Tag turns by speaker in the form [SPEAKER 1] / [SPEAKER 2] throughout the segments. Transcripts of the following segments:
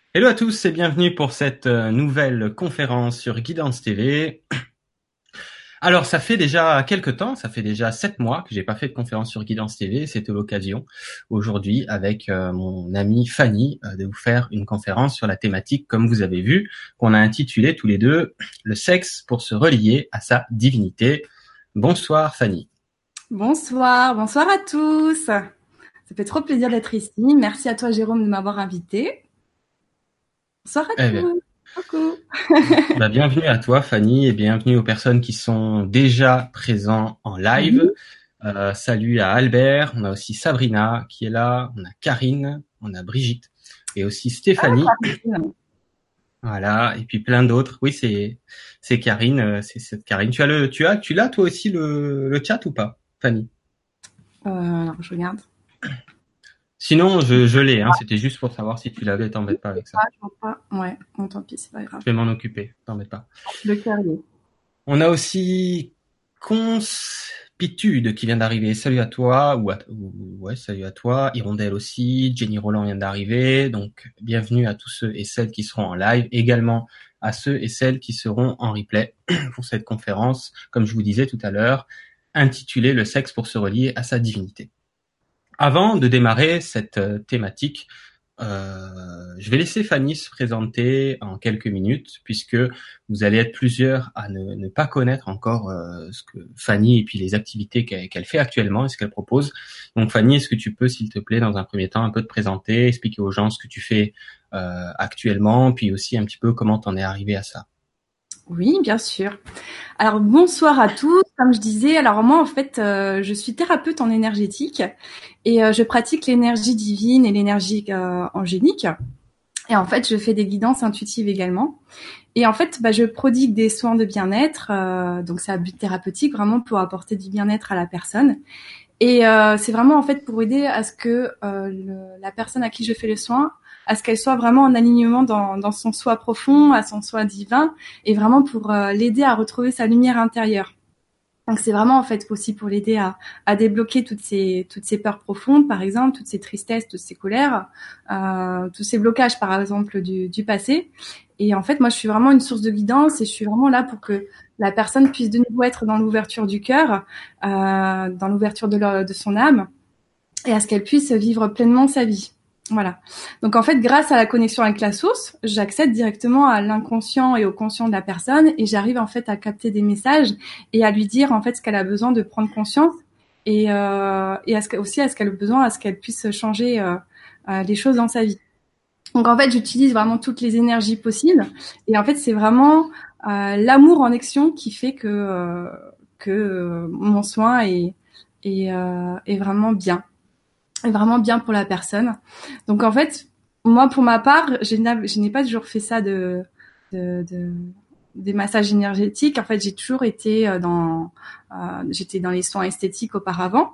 [SPEAKER 1] Hello à tous et bienvenue pour cette nouvelle conférence sur Guidance TV. Alors ça fait déjà quelques temps, ça fait déjà 7 mois que j'ai pas fait de conférence sur Guidance TV. C'était l'occasion aujourd'hui avec mon amie Fanny de vous faire une conférence sur la thématique, comme vous avez vu, qu'on a intitulé tous les deux le sexe pour se relier à sa divinité. Bonsoir Fanny.
[SPEAKER 2] Bonsoir, bonsoir à tous. Ça fait trop plaisir d'être ici. Merci à toi, Jérôme, de m'avoir invité. Bonsoir à
[SPEAKER 1] Eh bien,
[SPEAKER 2] tous. Coucou.
[SPEAKER 1] bienvenue à toi Fanny et bienvenue aux personnes qui sont déjà présents en live.
[SPEAKER 2] Oui.
[SPEAKER 1] Salut à Albert, on a aussi Sabrina qui est là, on a Karine, on a Brigitte et aussi Stéphanie. Voilà, et puis plein d'autres. Oui, c'est Karine, c'est cette Karine. Tu l'as toi aussi le chat ou pas, Fanny?
[SPEAKER 2] Alors, je regarde.
[SPEAKER 1] Sinon, je l'ai, hein, c'était juste pour savoir si tu l'avais, t'embête pas avec ça.
[SPEAKER 2] Je vois pas. Ouais, bon, tant pis, c'est pas grave.
[SPEAKER 1] Je vais m'en occuper, t'embête pas.
[SPEAKER 2] Le carrier.
[SPEAKER 1] On a aussi Conspitude qui vient d'arriver. Salut à toi, ouais, salut à toi. Hirondelle aussi. Jenny Roland vient d'arriver. Donc, bienvenue à tous ceux et celles qui seront en live. Également à ceux et celles qui seront en replay pour cette conférence, comme je vous disais tout à l'heure, intitulée Le sexe pour se relier à sa divinité. Avant de démarrer cette thématique, je vais laisser Fanny se présenter en quelques minutes, puisque vous allez être plusieurs à ne pas connaître encore ce que Fanny et puis les activités qu'elle fait actuellement et ce qu'elle propose. Donc Fanny, est-ce que tu peux, s'il te plaît, dans un premier temps, un peu te présenter, expliquer aux gens ce que tu fais actuellement, puis aussi un petit peu comment t'en es arrivé à ça.
[SPEAKER 2] Oui, bien sûr. Alors, bonsoir à tous. Comme je disais, alors moi, en fait, je suis thérapeute en énergétique et je pratique l'énergie divine et l'énergie angélique. Et en fait, je fais des guidances intuitives également. Et en fait, je prodigue des soins de bien-être, donc c'est à but thérapeutique, vraiment pour apporter du bien-être à la personne. Et c'est vraiment en fait pour aider à ce que la personne à qui je fais le soin, à ce qu'elle soit vraiment en alignement dans son soi profond, à son soi divin, et vraiment pour l'aider à retrouver sa lumière intérieure. Donc c'est vraiment en fait aussi pour l'aider à débloquer toutes ces peurs profondes, par exemple, toutes ces tristesses, toutes ces colères, tous ces blocages, par exemple, du passé. Et en fait, moi, je suis vraiment une source de guidance et je suis vraiment là pour que la personne puisse de nouveau être dans l'ouverture du cœur, dans l'ouverture de son âme, et à ce qu'elle puisse vivre pleinement sa vie. Voilà. Donc en fait, grâce à la connexion avec la source, j'accède directement à l'inconscient et au conscient de la personne et j'arrive en fait à capter des messages et à lui dire en fait ce qu'elle a besoin de prendre conscience et aussi à ce qu'elle a besoin à ce qu'elle puisse changer les choses dans sa vie. Donc en fait, j'utilise vraiment toutes les énergies possibles et en fait, c'est vraiment l'amour en action qui fait que mon soin est vraiment bien est vraiment bien pour la personne. Donc en fait, moi pour ma part, je n'ai pas toujours fait ça de, de des massages énergétiques. En fait, j'ai toujours été j'étais dans les soins esthétiques auparavant.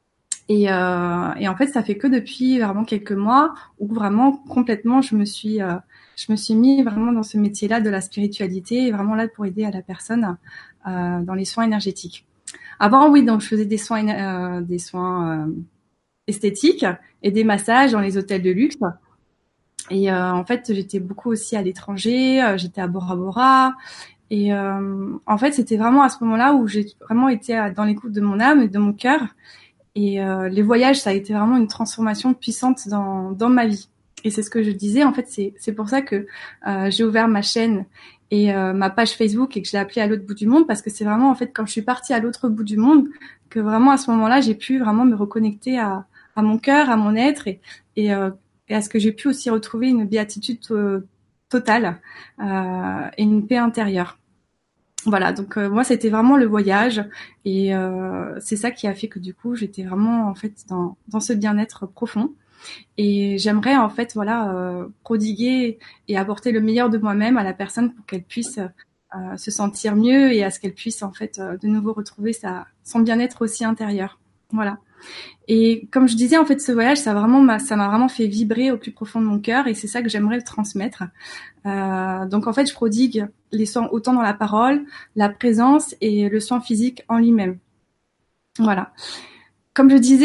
[SPEAKER 2] Et en fait, ça fait que depuis vraiment quelques mois où vraiment complètement je me suis mis vraiment dans ce métier-là de la spiritualité et vraiment là pour aider à la personne dans les soins énergétiques. Avant, oui, donc je faisais des soins esthétique et des massages dans les hôtels de luxe. Et en fait, j'étais beaucoup aussi à l'étranger, j'étais à Bora Bora. Et en fait, c'était vraiment à ce moment-là où j'ai vraiment été dans l'écoute de mon âme et de mon cœur. Et les voyages, ça a été vraiment une transformation puissante dans ma vie. Et c'est ce que je disais, en fait, c'est pour ça que j'ai ouvert ma chaîne et ma page Facebook et que je l'ai appelée à l'autre bout du monde, parce que c'est vraiment, en fait, quand je suis partie à l'autre bout du monde, que vraiment, à ce moment-là, j'ai pu vraiment me reconnecter à mon cœur, à mon être et, euh, et à ce que j'ai pu aussi retrouver une béatitude totale et une paix intérieure. Voilà, donc moi c'était vraiment le voyage et c'est ça qui a fait que du coup j'étais vraiment en fait dans ce bien-être profond et j'aimerais en fait voilà prodiguer et apporter le meilleur de moi-même à la personne pour qu'elle puisse se sentir mieux et à ce qu'elle puisse en fait de nouveau retrouver son bien-être aussi intérieur. Voilà. Et comme je disais, en fait, ce voyage, ça m'a vraiment fait vibrer au plus profond de mon cœur, et c'est ça que j'aimerais transmettre. Donc, en fait, je prodigue les soins autant dans la parole, la présence et le soin physique en lui-même. Voilà. Comme je disais,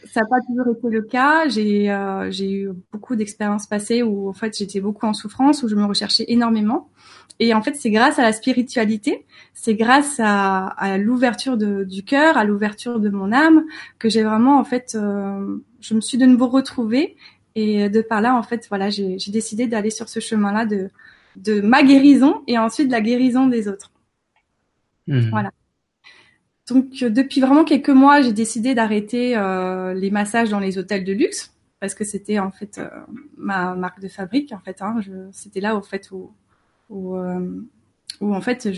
[SPEAKER 2] ça n'a pas toujours été le cas. J'ai eu beaucoup d'expériences passées où en fait j'étais beaucoup en souffrance, où je me recherchais énormément. Et en fait, c'est grâce à la spiritualité, c'est grâce à l'ouverture du cœur, à l'ouverture de mon âme, que j'ai vraiment en fait, je me suis de nouveau retrouvée. Et de par là, en fait, voilà, j'ai décidé d'aller sur ce chemin-là de ma guérison et ensuite de la guérison des autres. Voilà. Donc depuis vraiment quelques mois, j'ai décidé d'arrêter les massages dans les hôtels de luxe parce que c'était en fait ma marque de fabrique en fait. C'était là au fait où en fait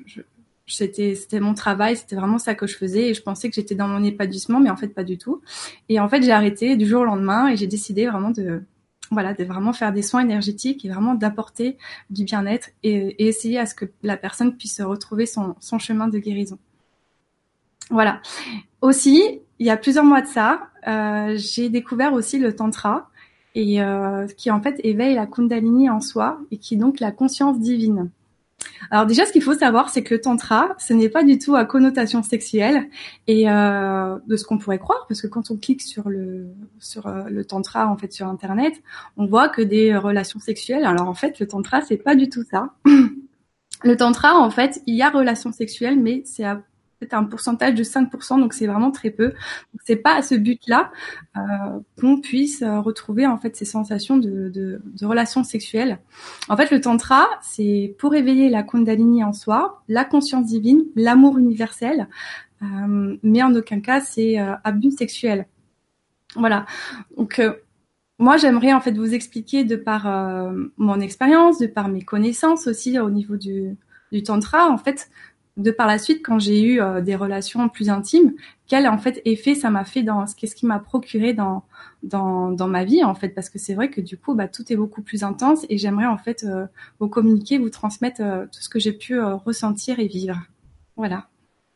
[SPEAKER 2] c'était mon travail, c'était vraiment ça que je faisais et je pensais que j'étais dans mon épanouissement, mais en fait pas du tout. Et en fait j'ai arrêté du jour au lendemain et j'ai décidé vraiment de vraiment faire des soins énergétiques et vraiment d'apporter du bien-être et essayer à ce que la personne puisse retrouver son chemin de guérison. Voilà. Aussi, il y a plusieurs mois de ça, j'ai découvert aussi le tantra et qui en fait éveille la kundalini en soi et qui est donc la conscience divine. Alors déjà, ce qu'il faut savoir, c'est que le tantra, ce n'est pas du tout à connotation sexuelle et de ce qu'on pourrait croire, parce que quand on clique sur le tantra en fait sur internet, on voit que des relations sexuelles. Alors en fait, le tantra, c'est pas du tout ça. Le tantra, en fait, il y a relations sexuelles, mais c'est à peut-être un pourcentage de 5%, donc c'est vraiment très peu. Donc c'est pas à ce but-là qu'on puisse retrouver en fait ces sensations de relations sexuelles. En fait, le tantra, c'est pour éveiller la kundalini en soi, la conscience divine, l'amour universel, mais en aucun cas c'est à but sexuel. Voilà. Donc moi, j'aimerais en fait vous expliquer de par mon expérience, de par mes connaissances aussi au niveau du tantra, en fait, de par la suite quand j'ai eu des relations plus intimes, quel en fait effet ça m'a fait qu'est-ce qui m'a procuré dans ma vie en fait, parce que c'est vrai que du coup, tout est beaucoup plus intense et j'aimerais en fait vous communiquer, vous transmettre tout ce que j'ai pu ressentir et vivre. Voilà.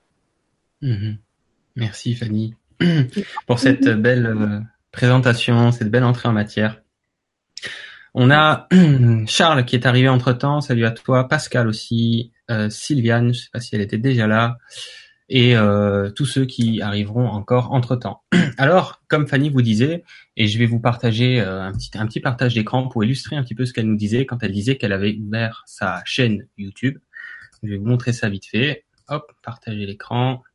[SPEAKER 1] Merci Fanny pour cette belle présentation, cette belle entrée en matière. On a Charles qui est arrivé entre-temps, salut à toi, Pascal aussi, Sylviane, je sais pas si elle était déjà là, et tous ceux qui arriveront encore entre-temps. Alors, comme Fanny vous disait, et je vais vous partager un petit partage d'écran pour illustrer un petit peu ce qu'elle nous disait quand elle disait qu'elle avait ouvert sa chaîne YouTube. Je vais vous montrer ça vite fait. Hop, partager l'écran.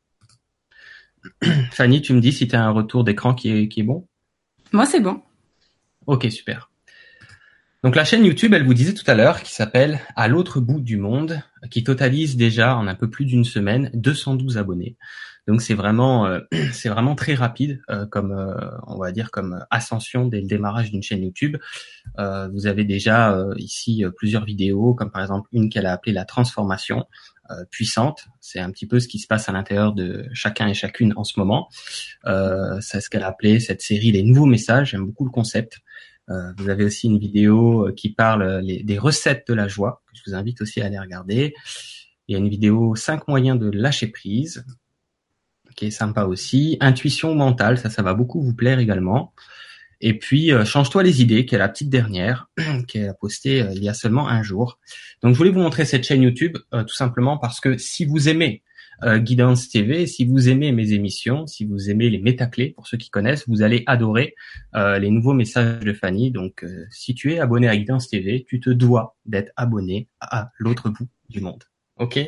[SPEAKER 1] Fanny, tu me dis si tu as un retour d'écran qui est bon?
[SPEAKER 2] Moi, c'est bon.
[SPEAKER 1] Ok, super. Donc la chaîne YouTube, elle vous disait tout à l'heure, qui s'appelle À l'autre bout du monde, qui totalise déjà en un peu plus d'une semaine 212 abonnés. Donc c'est vraiment très rapide comme on va dire comme ascension dès le démarrage d'une chaîne YouTube. Vous avez déjà ici plusieurs vidéos, comme par exemple une qu'elle a appelée la transformation puissante. C'est un petit peu ce qui se passe à l'intérieur de chacun et chacune en ce moment. C'est ce qu'elle a appelé cette série les nouveaux messages. J'aime beaucoup le concept. Vous avez aussi une vidéo qui parle des recettes de la joie, que je vous invite aussi à aller regarder. Il y a une vidéo 5 moyens de lâcher prise, qui est sympa aussi. Intuition mentale, ça va beaucoup vous plaire également. Et puis, change-toi les idées, qui est la petite dernière, qu'elle a postée il y a seulement un jour. Donc, je voulais vous montrer cette chaîne YouTube, tout simplement parce que si vous aimez Guidance TV, si vous aimez mes émissions, si vous aimez les métaclés, pour ceux qui connaissent, vous allez adorer les nouveaux messages de Fanny. Donc, si tu es abonné à Guidance TV, tu te dois d'être abonné à l'autre bout du monde. Ok.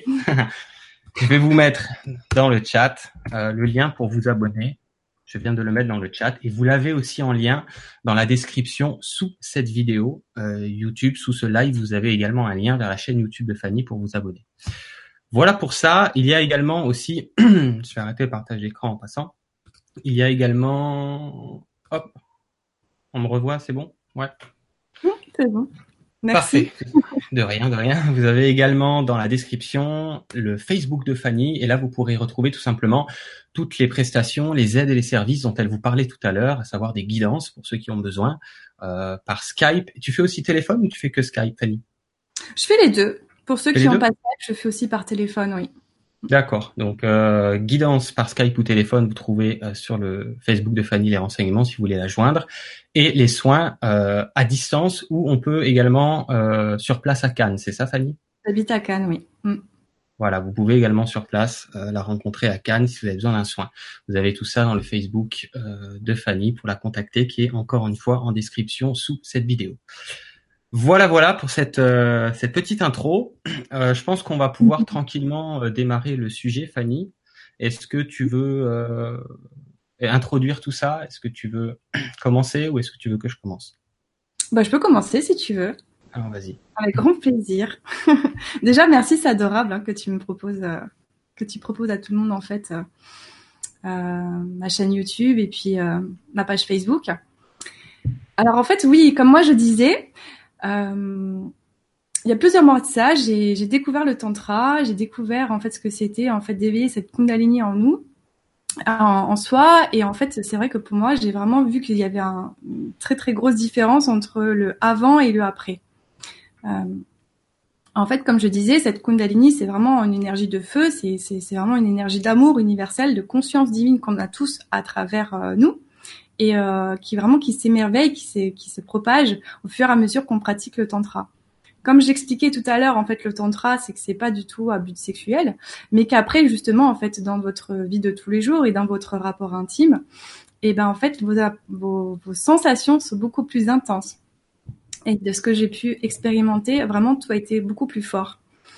[SPEAKER 1] Je vais vous mettre dans le chat le lien pour vous abonner. Je viens de le mettre dans le chat et vous l'avez aussi en lien dans la description sous cette vidéo YouTube, sous ce live, vous avez également un lien vers la chaîne YouTube de Fanny pour vous abonner. Voilà pour ça. Il y a également aussi, je vais arrêter le partage d'écran en passant. Il y a également, hop, on me revoit, c'est bon? Ouais.
[SPEAKER 2] C'est bon. Merci.
[SPEAKER 1] Parfait. De rien, de rien. Vous avez également dans la description le Facebook de Fanny et là vous pourrez retrouver tout simplement toutes les prestations, les aides et les services dont elle vous parlait tout à l'heure, à savoir des guidances pour ceux qui ont besoin, par Skype. Tu fais aussi téléphone ou tu fais que Skype, Fanny?
[SPEAKER 2] Je fais les deux. Pour ceux qui n'ont pas Skype, je fais aussi par téléphone, oui.
[SPEAKER 1] D'accord. Donc, guidance par Skype ou téléphone, vous trouvez sur le Facebook de Fanny les renseignements si vous voulez la joindre. Et les soins à distance où on peut également sur place à Cannes. C'est ça, Fanny?
[SPEAKER 2] J'habite à Cannes, oui.
[SPEAKER 1] Voilà, vous pouvez également sur place la rencontrer à Cannes si vous avez besoin d'un soin. Vous avez tout ça dans le Facebook de Fanny pour la contacter, qui est encore une fois en description sous cette vidéo. Voilà pour cette petite intro. Je pense qu'on va pouvoir tranquillement démarrer le sujet, Fanny. Est-ce que tu veux introduire tout ça? Est-ce que tu veux commencer ou est-ce que tu veux que je commence?
[SPEAKER 2] Je peux commencer si tu veux.
[SPEAKER 1] Alors vas-y.
[SPEAKER 2] Avec grand plaisir. Déjà, merci, c'est adorable que tu me proposes, que tu proposes à tout le monde en fait ma chaîne YouTube et puis ma page Facebook. Alors en fait, oui, comme moi je disais, il y a plusieurs mois de ça, j'ai découvert le tantra, j'ai découvert en fait ce que c'était en fait d'éveiller cette kundalini en nous, en soi, et en fait c'est vrai que pour moi j'ai vraiment vu qu'il y avait une très très grosse différence entre le avant et le après. En fait, comme je disais, cette kundalini, c'est vraiment une énergie de feu, c'est vraiment une énergie d'amour universel, de conscience divine qu'on a tous à travers nous, et qui s'émerveille, qui se propage au fur et à mesure qu'on pratique le tantra. Comme j'expliquais tout à l'heure, en fait, le tantra, c'est que c'est pas du tout à but sexuel, mais qu'après, justement, en fait, dans votre vie de tous les jours et dans votre rapport intime, et ben, en fait, vos sensations sont beaucoup plus intenses. Et de ce que j'ai pu expérimenter, vraiment, tout a été beaucoup plus fort.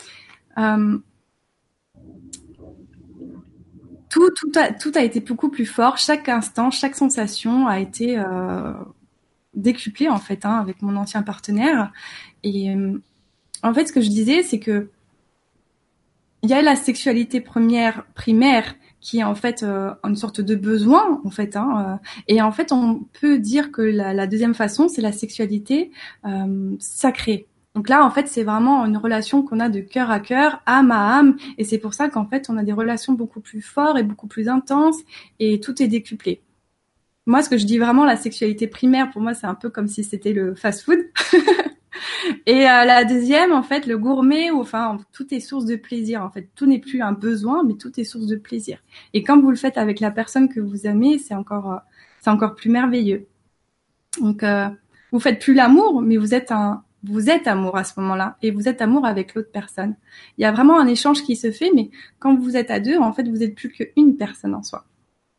[SPEAKER 2] Tout a été beaucoup plus fort. Chaque instant, chaque sensation a été décuplée, en fait, avec mon ancien partenaire. Et en fait, ce que je disais, c'est que il y a la sexualité primaire qui est en fait une sorte de besoin, en fait. Et en fait, on peut dire que la deuxième façon, c'est la sexualité sacrée. Donc là, en fait, c'est vraiment une relation qu'on a de cœur à cœur, âme à âme. Et c'est pour ça qu'en fait, on a des relations beaucoup plus fortes et beaucoup plus intenses et tout est décuplé. Moi, ce que je dis vraiment, la sexualité primaire, pour moi, c'est un peu comme si c'était le fast-food. Et la deuxième, en fait, le gourmet, enfin, tout est source de plaisir. En fait, tout n'est plus un besoin, mais tout est source de plaisir. Et quand vous le faites avec la personne que vous aimez, c'est encore plus merveilleux. Donc, vous faites plus l'amour, mais vous êtes amour à ce moment-là, et vous êtes amour avec l'autre personne. Il y a vraiment un échange qui se fait, mais quand vous êtes à deux, en fait, vous êtes plus qu'une personne en soi.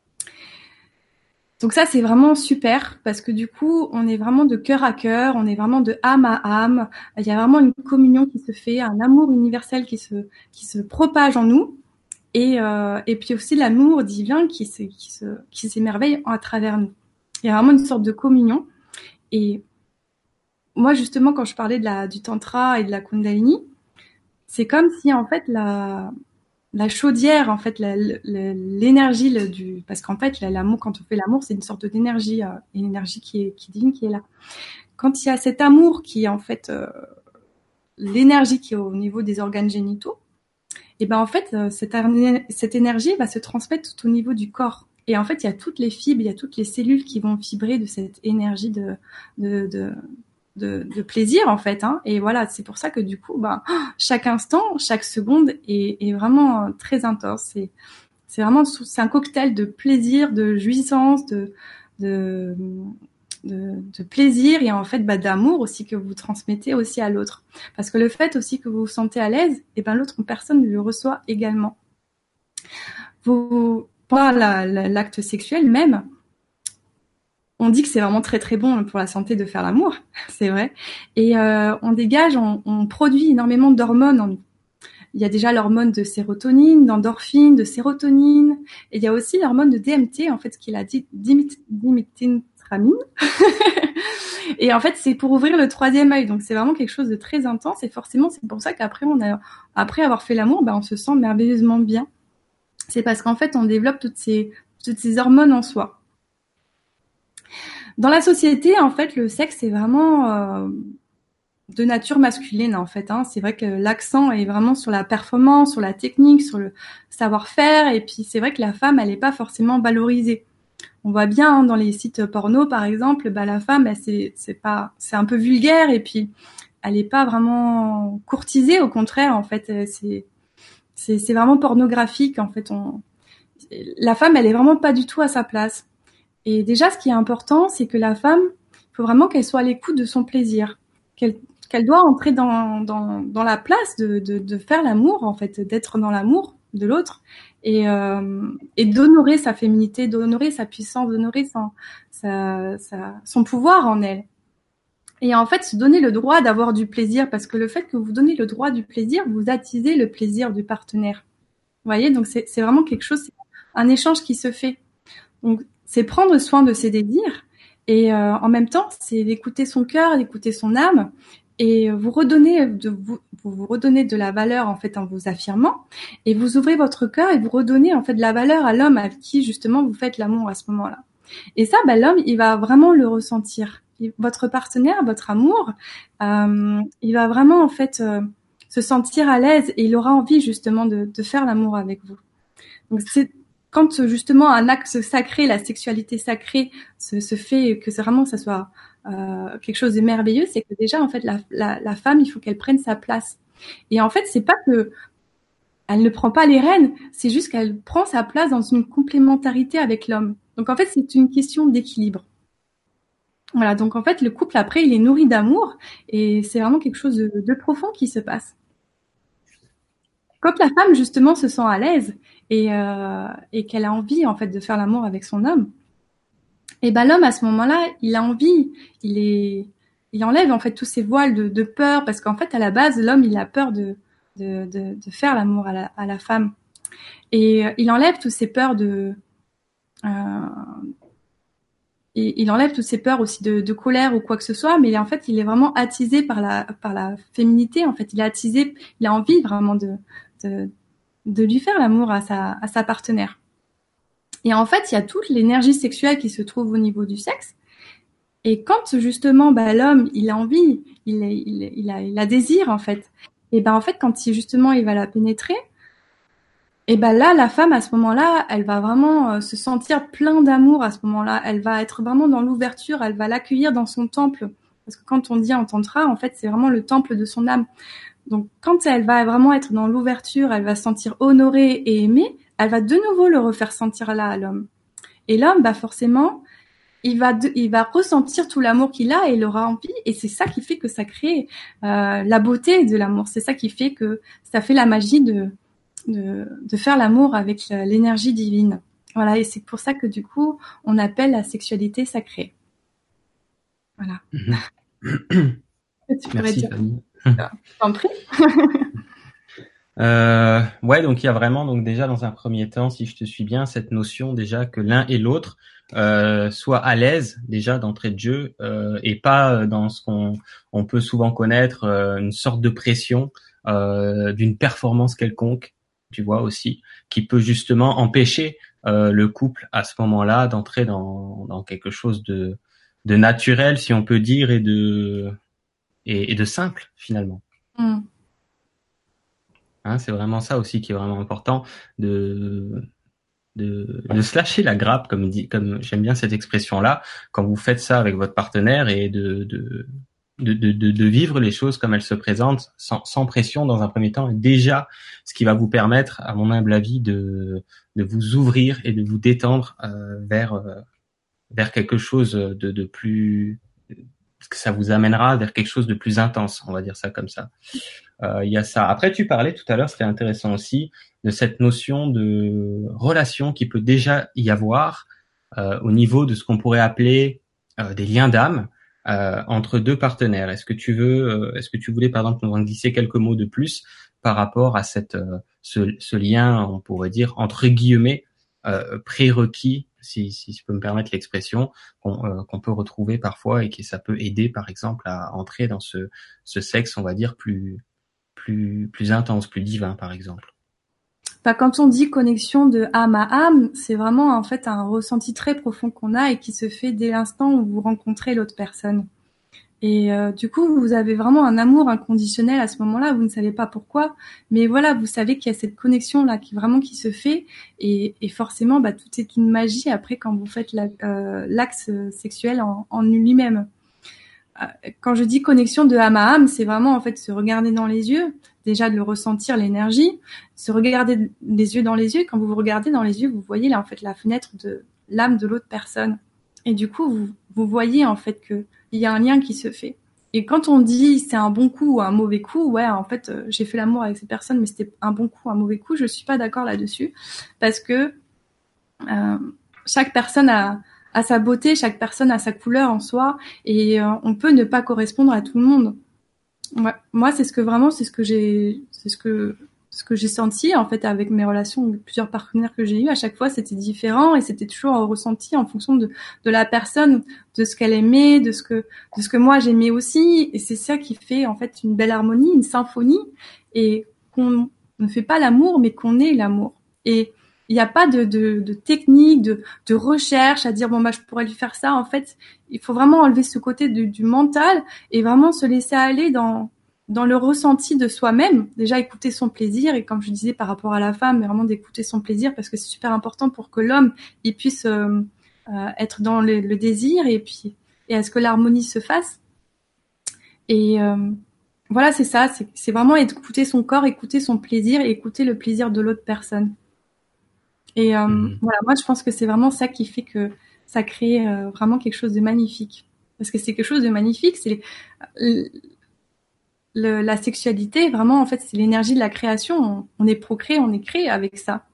[SPEAKER 2] Donc ça, c'est vraiment super parce que du coup, on est vraiment de cœur à cœur, on est vraiment de âme à âme. Il y a vraiment une communion qui se fait, un amour universel qui se propage en nous, et puis aussi l'amour divin qui s'émerveille à travers nous. Il y a vraiment une sorte de communion. Et moi, justement, quand je parlais du tantra et de la kundalini, c'est comme si en fait la chaudière, en fait, l'énergie parce qu'en fait, l'amour, quand on fait l'amour, c'est une sorte d'énergie, une énergie qui divine, qui est là. Quand il y a cet amour qui est en fait l'énergie qui est au niveau des organes génitaux, et ben en fait, cette énergie va se transmettre tout au niveau du corps. Et en fait, il y a toutes les fibres, il y a toutes les cellules qui vont vibrer de cette énergie de plaisir en fait, et voilà, c'est pour ça que du coup chaque instant, chaque seconde est vraiment très intense. C'est vraiment, c'est un cocktail de plaisir, de jouissance, de plaisir, et en fait d'amour aussi que vous transmettez aussi à l'autre, parce que le fait aussi que vous vous sentez à l'aise, et l'autre personne le reçoit également. Pendant l'acte sexuel même, on dit que c'est vraiment très très bon pour la santé de faire l'amour, c'est vrai. Et on dégage, on produit énormément d'hormones en nous. Il y a déjà l'hormone de sérotonine, d'endorphine, de sérotonine. Et il y a aussi l'hormone de DMT, en fait, qui est la diméthyltramine. Et en fait, c'est pour ouvrir le troisième œil. Donc, c'est vraiment quelque chose de très intense. Et forcément, c'est pour ça qu'après, après avoir fait l'amour, on se sent merveilleusement bien. C'est parce qu'en fait, on développe toutes ces hormones en soi. Dans la société, en fait, le sexe est vraiment de nature masculine, en fait. C'est vrai que l'accent est vraiment sur la performance, sur la technique, sur le savoir-faire. Et puis, c'est vrai que la femme, elle n'est pas forcément valorisée. On voit bien dans les sites porno, par exemple, la femme, c'est un peu vulgaire, et puis elle n'est pas vraiment courtisée. Au contraire, en fait, c'est vraiment pornographique. En fait, la femme, elle est vraiment pas du tout à sa place. Et déjà, ce qui est important, c'est que la femme, il faut vraiment qu'elle soit à l'écoute de son plaisir, qu'elle qu'elle doit entrer dans la place de faire l'amour, en fait, d'être dans l'amour de l'autre et d'honorer sa féminité, d'honorer sa puissance, d'honorer son pouvoir en elle. Et en fait, se donner le droit d'avoir du plaisir, parce que le fait que vous donnez le droit du plaisir, vous attisez le plaisir du partenaire. Vous voyez, donc c'est vraiment quelque chose, c'est un échange qui se fait. Donc, c'est prendre soin de ses désirs et en même temps, c'est d'écouter son cœur, d'écouter son âme et vous redonner vous redonner de la valeur en fait en vous affirmant et vous ouvrez votre cœur et vous redonnez en fait de la valeur à l'homme avec qui justement vous faites l'amour à ce moment-là. Et ça, l'homme, il va vraiment le ressentir. Votre partenaire, votre amour, il va vraiment en fait se sentir à l'aise et il aura envie justement de faire l'amour avec vous. Donc c'est quand justement un acte sacré, la sexualité sacrée se fait, que vraiment ça soit quelque chose de merveilleux, c'est que déjà en fait la femme, il faut qu'elle prenne sa place. Et en fait, c'est pas que elle ne prend pas les rênes, c'est juste qu'elle prend sa place dans une complémentarité avec l'homme. Donc en fait, c'est une question d'équilibre. Voilà, donc en fait, le couple après, il est nourri d'amour et c'est vraiment quelque chose de profond qui se passe. Quand la femme justement se sent à l'aise et qu'elle a envie en fait de faire l'amour avec son homme, et l'homme à ce moment-là, il a envie, il enlève en fait tous ses voiles de peur parce qu'en fait à la base l'homme il a peur de faire l'amour à la femme et il enlève toutes ses peurs et il enlève toutes ses peurs aussi de colère ou quoi que ce soit, mais en fait il est vraiment attisé par la féminité. En fait, il est attisé, il a envie vraiment de lui faire l'amour à sa partenaire. Et en fait, il y a toute l'énergie sexuelle qui se trouve au niveau du sexe. Et quand justement l'homme il a envie, il a désir en fait. Et en fait quand justement il va la pénétrer, et là la femme à ce moment-là, elle va vraiment se sentir plein d'amour à ce moment-là. Elle va être vraiment dans l'ouverture, elle va l'accueillir dans son temple. Parce que quand on dit en tantra, en fait c'est vraiment le temple de son âme. Donc quand elle va vraiment être dans l'ouverture, elle va se sentir honorée et aimée, elle va de nouveau le refaire sentir là à l'homme. Et l'homme, forcément, il va ressentir tout l'amour qu'il a et il aura envie. Et c'est ça qui fait que ça crée la beauté de l'amour. C'est ça qui fait que ça fait la magie de faire l'amour avec l'énergie divine. Voilà, et c'est pour ça que du coup, on appelle la sexualité sacrée. Voilà.
[SPEAKER 1] Tu Merci dire. Fanny.
[SPEAKER 2] Je t'en prie.
[SPEAKER 1] Ouais, donc il y a vraiment, donc déjà dans un premier temps, si je te suis bien, cette notion déjà que l'un et l'autre soient à l'aise déjà d'entrée de jeu et pas dans ce qu'on peut souvent connaître, une sorte de pression d'une performance quelconque, tu vois aussi, qui peut justement empêcher le couple à ce moment-là d'entrer dans quelque chose de naturel, si on peut dire, et de simple finalement. Hein, c'est vraiment ça aussi qui est vraiment important, de se lâcher la grappe, comme j'aime bien cette expression-là, quand vous faites ça avec votre partenaire, et de vivre les choses comme elles se présentent, sans pression dans un premier temps, et déjà ce qui va vous permettre, à mon humble avis, de vous ouvrir et de vous détendre vers quelque chose de plus, que ça vous amènera vers quelque chose de plus intense, on va dire ça comme ça. Il y a ça. Après, tu parlais tout à l'heure, c'était intéressant aussi, de cette notion de relation qui peut déjà y avoir au niveau de ce qu'on pourrait appeler des liens d'âme entre deux partenaires. Est-ce que tu voulais par exemple nous en glisser quelques mots de plus par rapport à ce lien, on pourrait dire entre guillemets prérequis, si je peux me permettre l'expression, qu'on peut retrouver parfois et qui ça peut aider par exemple à entrer dans ce sexe, on va dire plus intense, plus divin, par exemple.
[SPEAKER 2] Quand on dit connexion de âme à âme, c'est vraiment en fait un ressenti très profond qu'on a et qui se fait dès l'instant où vous rencontrez l'autre personne. Et du coup, vous avez vraiment un amour inconditionnel à ce moment-là. Vous ne savez pas pourquoi, mais voilà, vous savez qu'il y a cette connexion là qui se fait, et forcément, tout est une magie après quand vous faites l'acte sexuel en lui-même. Quand je dis connexion de âme à âme, c'est vraiment en fait se regarder dans les yeux, déjà de le ressentir, l'énergie, se regarder les yeux dans les yeux. Quand vous vous regardez dans les yeux, vous voyez là en fait la fenêtre de l'âme de l'autre personne, et du coup vous voyez en fait que il y a un lien qui se fait. Et quand on dit c'est un bon coup ou un mauvais coup, ouais, en fait, j'ai fait l'amour avec ces personnes, mais c'était un bon coup ou un mauvais coup, je suis pas d'accord là-dessus, parce que euh, chaque personne a sa beauté, chaque personne a sa couleur en soi, et on peut ne pas correspondre à tout le monde. Ouais. Moi, c'est ce que vraiment, ce que j'ai senti en fait avec mes relations, avec plusieurs partenaires que j'ai eus. À chaque fois, c'était différent et c'était toujours ressenti en fonction de la personne, de ce qu'elle aimait, de ce que moi j'aimais aussi. Et c'est ça qui fait en fait une belle harmonie, une symphonie, et qu'on ne fait pas l'amour, mais qu'on est l'amour. Et il n'y a pas de technique, de recherche à dire bon bah je pourrais lui faire ça. En fait, il faut vraiment enlever ce côté du mental et vraiment se laisser aller dans le ressenti de soi-même. Déjà écouter son plaisir, et comme je disais par rapport à la femme, vraiment d'écouter son plaisir, parce que c'est super important pour que l'homme il puisse être dans le désir, et puis et à ce que l'harmonie se fasse. Et voilà, c'est ça, c'est vraiment écouter son corps, écouter son plaisir et écouter le plaisir de l'autre personne. Et voilà, moi je pense que c'est vraiment ça qui fait que ça crée vraiment quelque chose de magnifique. Parce que c'est quelque chose de magnifique, c'est la sexualité, vraiment, en fait, c'est l'énergie de la création. On est procréé, on est créé avec ça.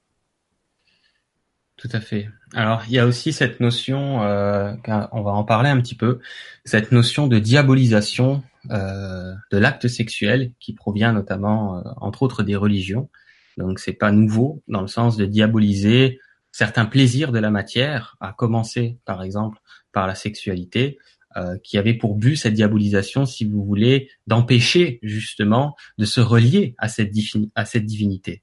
[SPEAKER 1] Tout à fait. Alors, il y a aussi cette notion, on va en parler un petit peu, cette notion de diabolisation de l'acte sexuel qui provient notamment, entre autres, des religions. Donc, c'est pas nouveau dans le sens de diaboliser certains plaisirs de la matière, à commencer, par exemple, par la sexualité, qui avait pour but cette diabolisation, si vous voulez, d'empêcher justement de se relier à cette divinité.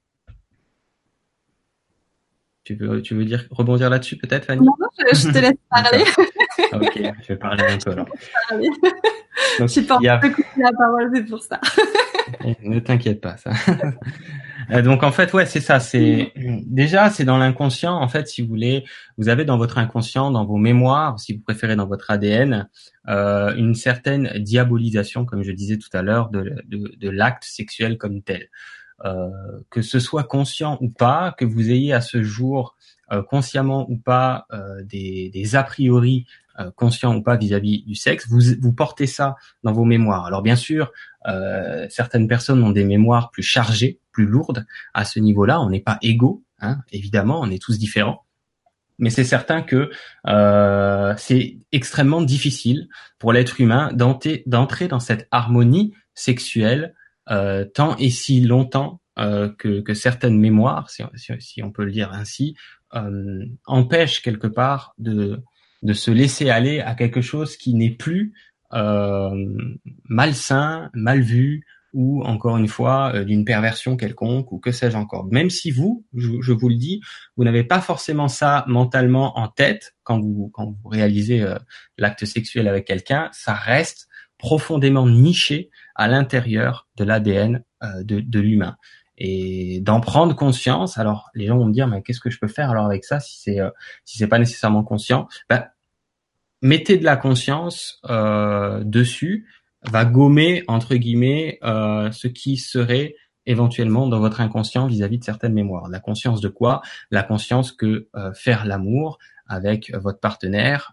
[SPEAKER 1] Tu veux dire rebondir là-dessus peut-être, Fanny?
[SPEAKER 2] Non, je te laisse parler.
[SPEAKER 1] Ok, je vais parler un peu alors.
[SPEAKER 2] Je
[SPEAKER 1] Donc
[SPEAKER 2] sais pas,
[SPEAKER 1] il y a,
[SPEAKER 2] on peut couper la parole, c'est pour ça.
[SPEAKER 1] ne t'inquiète pas, ça. Donc en fait, ouais, c'est ça. C'est déjà, c'est dans l'inconscient. En fait, si vous voulez, vous avez dans votre inconscient, dans vos mémoires, si vous préférez, dans votre ADN, une certaine diabolisation, comme je disais tout à l'heure, de l'acte sexuel comme tel. Que ce soit conscient ou pas, que vous ayez à ce jour consciemment ou pas des a priori conscients ou pas vis-à-vis du sexe, vous portez ça dans vos mémoires. Alors bien sûr, certaines personnes ont des mémoires plus chargées, plus lourdes à ce niveau-là. On n'est pas égaux, hein, évidemment, on est tous différents. Mais c'est certain que c'est extrêmement difficile pour l'être humain d'entrer dans cette harmonie sexuelle tant et si longtemps que certaines mémoires, si on peut le dire ainsi, empêchent quelque part de se laisser aller à quelque chose qui n'est plus euh, malsain, mal vu, ou encore une fois d'une perversion quelconque, ou que sais-je encore. Même si je vous le dis, vous n'avez pas forcément ça mentalement en tête quand vous réalisez l'acte sexuel avec quelqu'un, ça reste profondément niché à l'intérieur de l'ADN de l'humain. Et d'en prendre conscience. Alors les gens vont me dire, mais qu'est-ce que je peux faire alors avec ça si c'est pas nécessairement conscient? Ben, mettez de la conscience dessus, va gommer entre guillemets ce qui serait éventuellement dans votre inconscient vis-à-vis de certaines mémoires. La conscience de quoi? La conscience que faire l'amour avec votre partenaire,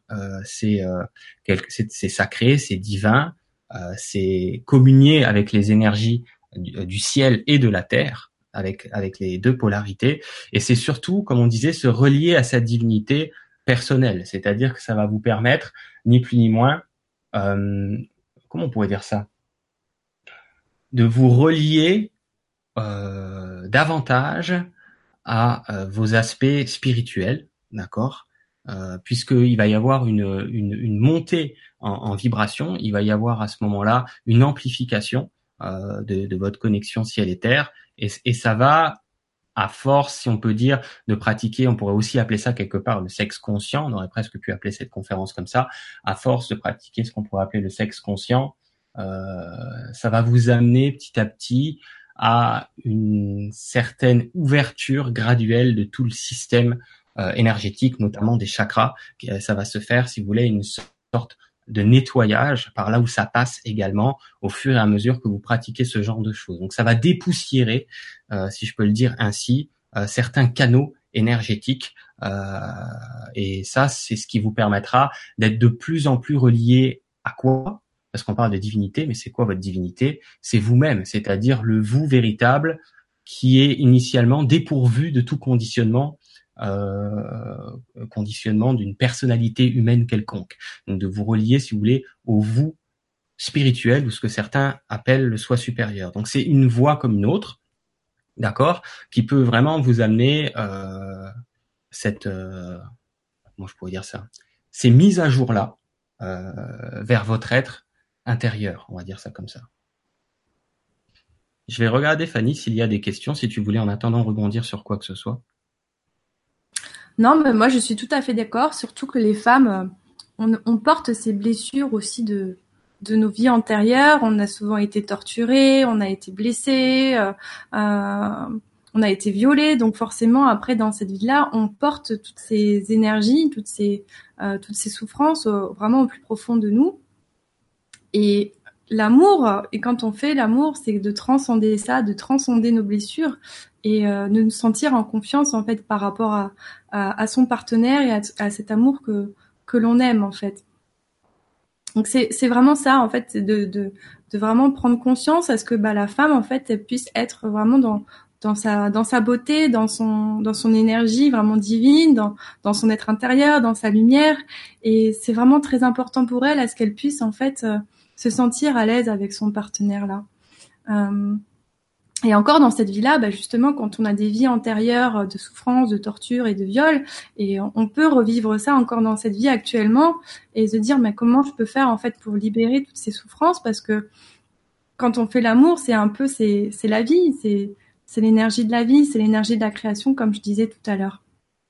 [SPEAKER 1] c'est sacré, c'est divin, c'est communier avec les énergies du ciel et de la terre, avec les deux polarités, et c'est surtout, comme on disait, se relier à cette divinité personnelle, c'est-à-dire que ça va vous permettre, ni plus ni moins, comment on pourrait dire ça, de vous relier davantage à vos aspects spirituels, d'accord, puisqu'il va y avoir une montée en vibration, il va y avoir à ce moment-là une amplification de votre connexion ciel et terre, et ça va, à force, si on peut dire, de pratiquer, on pourrait aussi appeler ça quelque part le sexe conscient, on aurait presque pu appeler cette conférence comme ça, à force de pratiquer ce qu'on pourrait appeler le sexe conscient, ça va vous amener petit à petit à une certaine ouverture graduelle de tout le système énergétique, notamment des chakras. Ça va se faire, si vous voulez, une sorte de nettoyage par là où ça passe également au fur et à mesure que vous pratiquez ce genre de choses. Donc ça va dépoussiérer, si je peux le dire ainsi, certains canaux énergétiques, et ça c'est ce qui vous permettra d'être de plus en plus relié à quoi? parce qu'on parle de divinité, mais c'est quoi votre divinité? C'est vous-même, c'est-à-dire le vous véritable qui est initialement dépourvu de tout conditionnement d'une personnalité humaine quelconque. Donc de vous relier, si vous voulez, au vous spirituel ou ce que certains appellent le soi supérieur. Donc c'est une voie comme une autre, d'accord, qui peut vraiment vous amener comment je pourrais dire ça, ces mises à jour là vers votre être intérieur, on va dire ça comme ça. Je vais regarder, Fanny, s'il y a des questions, si tu voulais en attendant rebondir sur quoi que ce soit.
[SPEAKER 2] Non, mais moi je suis tout à fait d'accord, surtout que les femmes, on porte ces blessures aussi de nos vies antérieures. On a souvent été torturées, on a été blessées, on a été violées. Donc forcément, après dans cette vie-là, on porte toutes ces énergies, toutes ces souffrances vraiment au plus profond de nous. Et l'amour, et quand on fait l'amour, c'est de transcender ça, de transcender nos blessures et de nous sentir en confiance en fait par rapport à son partenaire et à cet amour que l'on aime en fait. Donc c'est vraiment ça en fait, c'est de vraiment prendre conscience à ce que la femme en fait elle puisse être vraiment dans sa beauté, dans son énergie vraiment divine, dans son être intérieur, dans sa lumière, et c'est vraiment très important pour elle à ce qu'elle puisse en fait se sentir à l'aise avec son partenaire là. Et encore dans cette vie-là, justement, quand on a des vies antérieures de souffrance, de torture et de viol, et on peut revivre ça encore dans cette vie actuellement et se dire, mais comment je peux faire en fait pour libérer toutes ces souffrances, parce que quand on fait l'amour, c'est un peu, c'est la vie, c'est l'énergie de la vie, c'est l'énergie de la création, comme je disais tout à l'heure.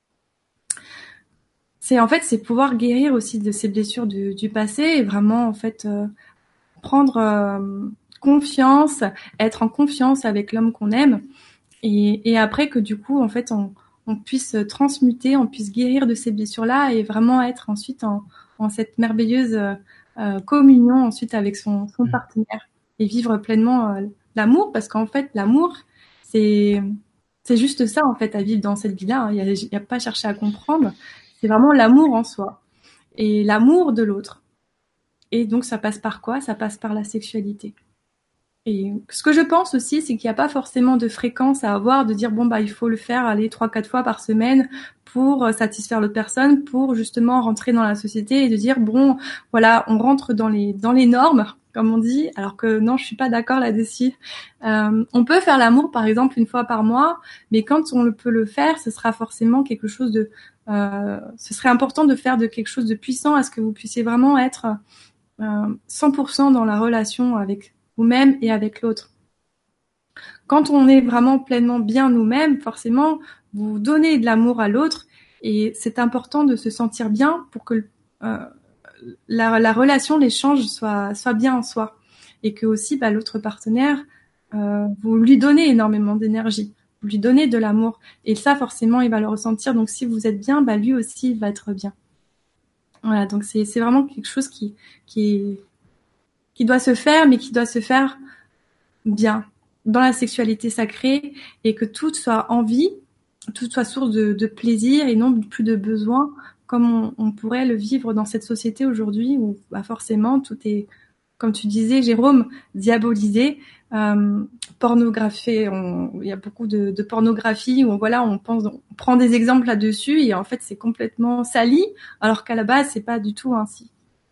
[SPEAKER 2] C'est pouvoir guérir aussi de ces blessures du passé et vraiment en fait prendre confiance, être en confiance avec l'homme qu'on aime, et après que du coup en fait on puisse transmuter, on puisse guérir de ces blessures-là et vraiment être ensuite en cette merveilleuse communion ensuite avec son partenaire et vivre pleinement l'amour, parce qu'en fait l'amour c'est juste ça en fait à vivre dans cette vie-là. Il y a pas à chercher à comprendre, c'est vraiment l'amour en soi et l'amour de l'autre. Et donc ça passe par quoi? Ça passe par la sexualité. Et ce que je pense aussi, c'est qu'il n'y a pas forcément de fréquence à avoir, de dire bon il faut le faire aller 3-4 fois par semaine pour satisfaire l'autre personne, pour justement rentrer dans la société et de dire bon voilà, on rentre dans les normes, comme on dit, alors que non, je suis pas d'accord là-dessus. On peut faire l'amour par exemple une fois par mois, mais quand on peut le faire, ce sera forcément quelque chose de ce serait important de faire de quelque chose de puissant à ce que vous puissiez vraiment être 100% dans la relation avec vous-même et avec l'autre. Quand on est vraiment pleinement bien nous-mêmes, forcément, vous donnez de l'amour à l'autre, et c'est important de se sentir bien pour que la relation, l'échange soit bien en soi, et que aussi l'autre partenaire, vous lui donnez énormément d'énergie, vous lui donnez de l'amour, et ça forcément il va le ressentir. Donc si vous êtes bien, lui aussi il va être bien. Voilà, donc c'est vraiment quelque chose qui doit se faire, mais qui doit se faire bien, dans la sexualité sacrée, et que tout soit envie, tout soit source de plaisir et non plus de besoin, comme on pourrait le vivre dans cette société aujourd'hui où forcément tout est, comme tu disais Jérôme, diabolisé, pornographie. Il y a beaucoup de pornographie où on prend des exemples là-dessus et en fait c'est complètement sali, alors qu'à la base c'est pas du tout ainsi.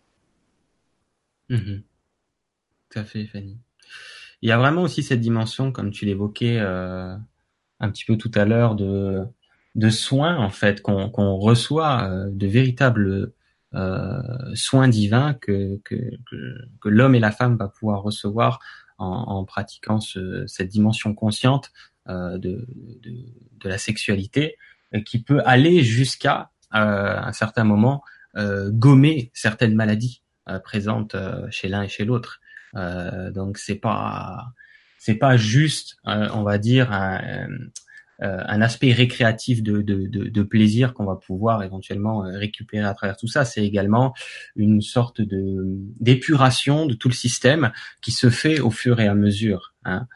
[SPEAKER 1] Tout à fait, Fanny. Il y a vraiment aussi cette dimension, comme tu l'évoquais un petit peu tout à l'heure, de soins en fait qu'on reçoit, de véritables soins divins que l'homme et la femme va pouvoir recevoir en pratiquant cette dimension consciente de la sexualité, qui peut aller jusqu'à un certain moment gommer certaines maladies présentes chez l'un et chez l'autre. Donc c'est pas juste, on va dire, un aspect récréatif de plaisir qu'on va pouvoir éventuellement récupérer à travers tout ça. C'est également une sorte d'épuration de tout le système qui se fait au fur et à mesure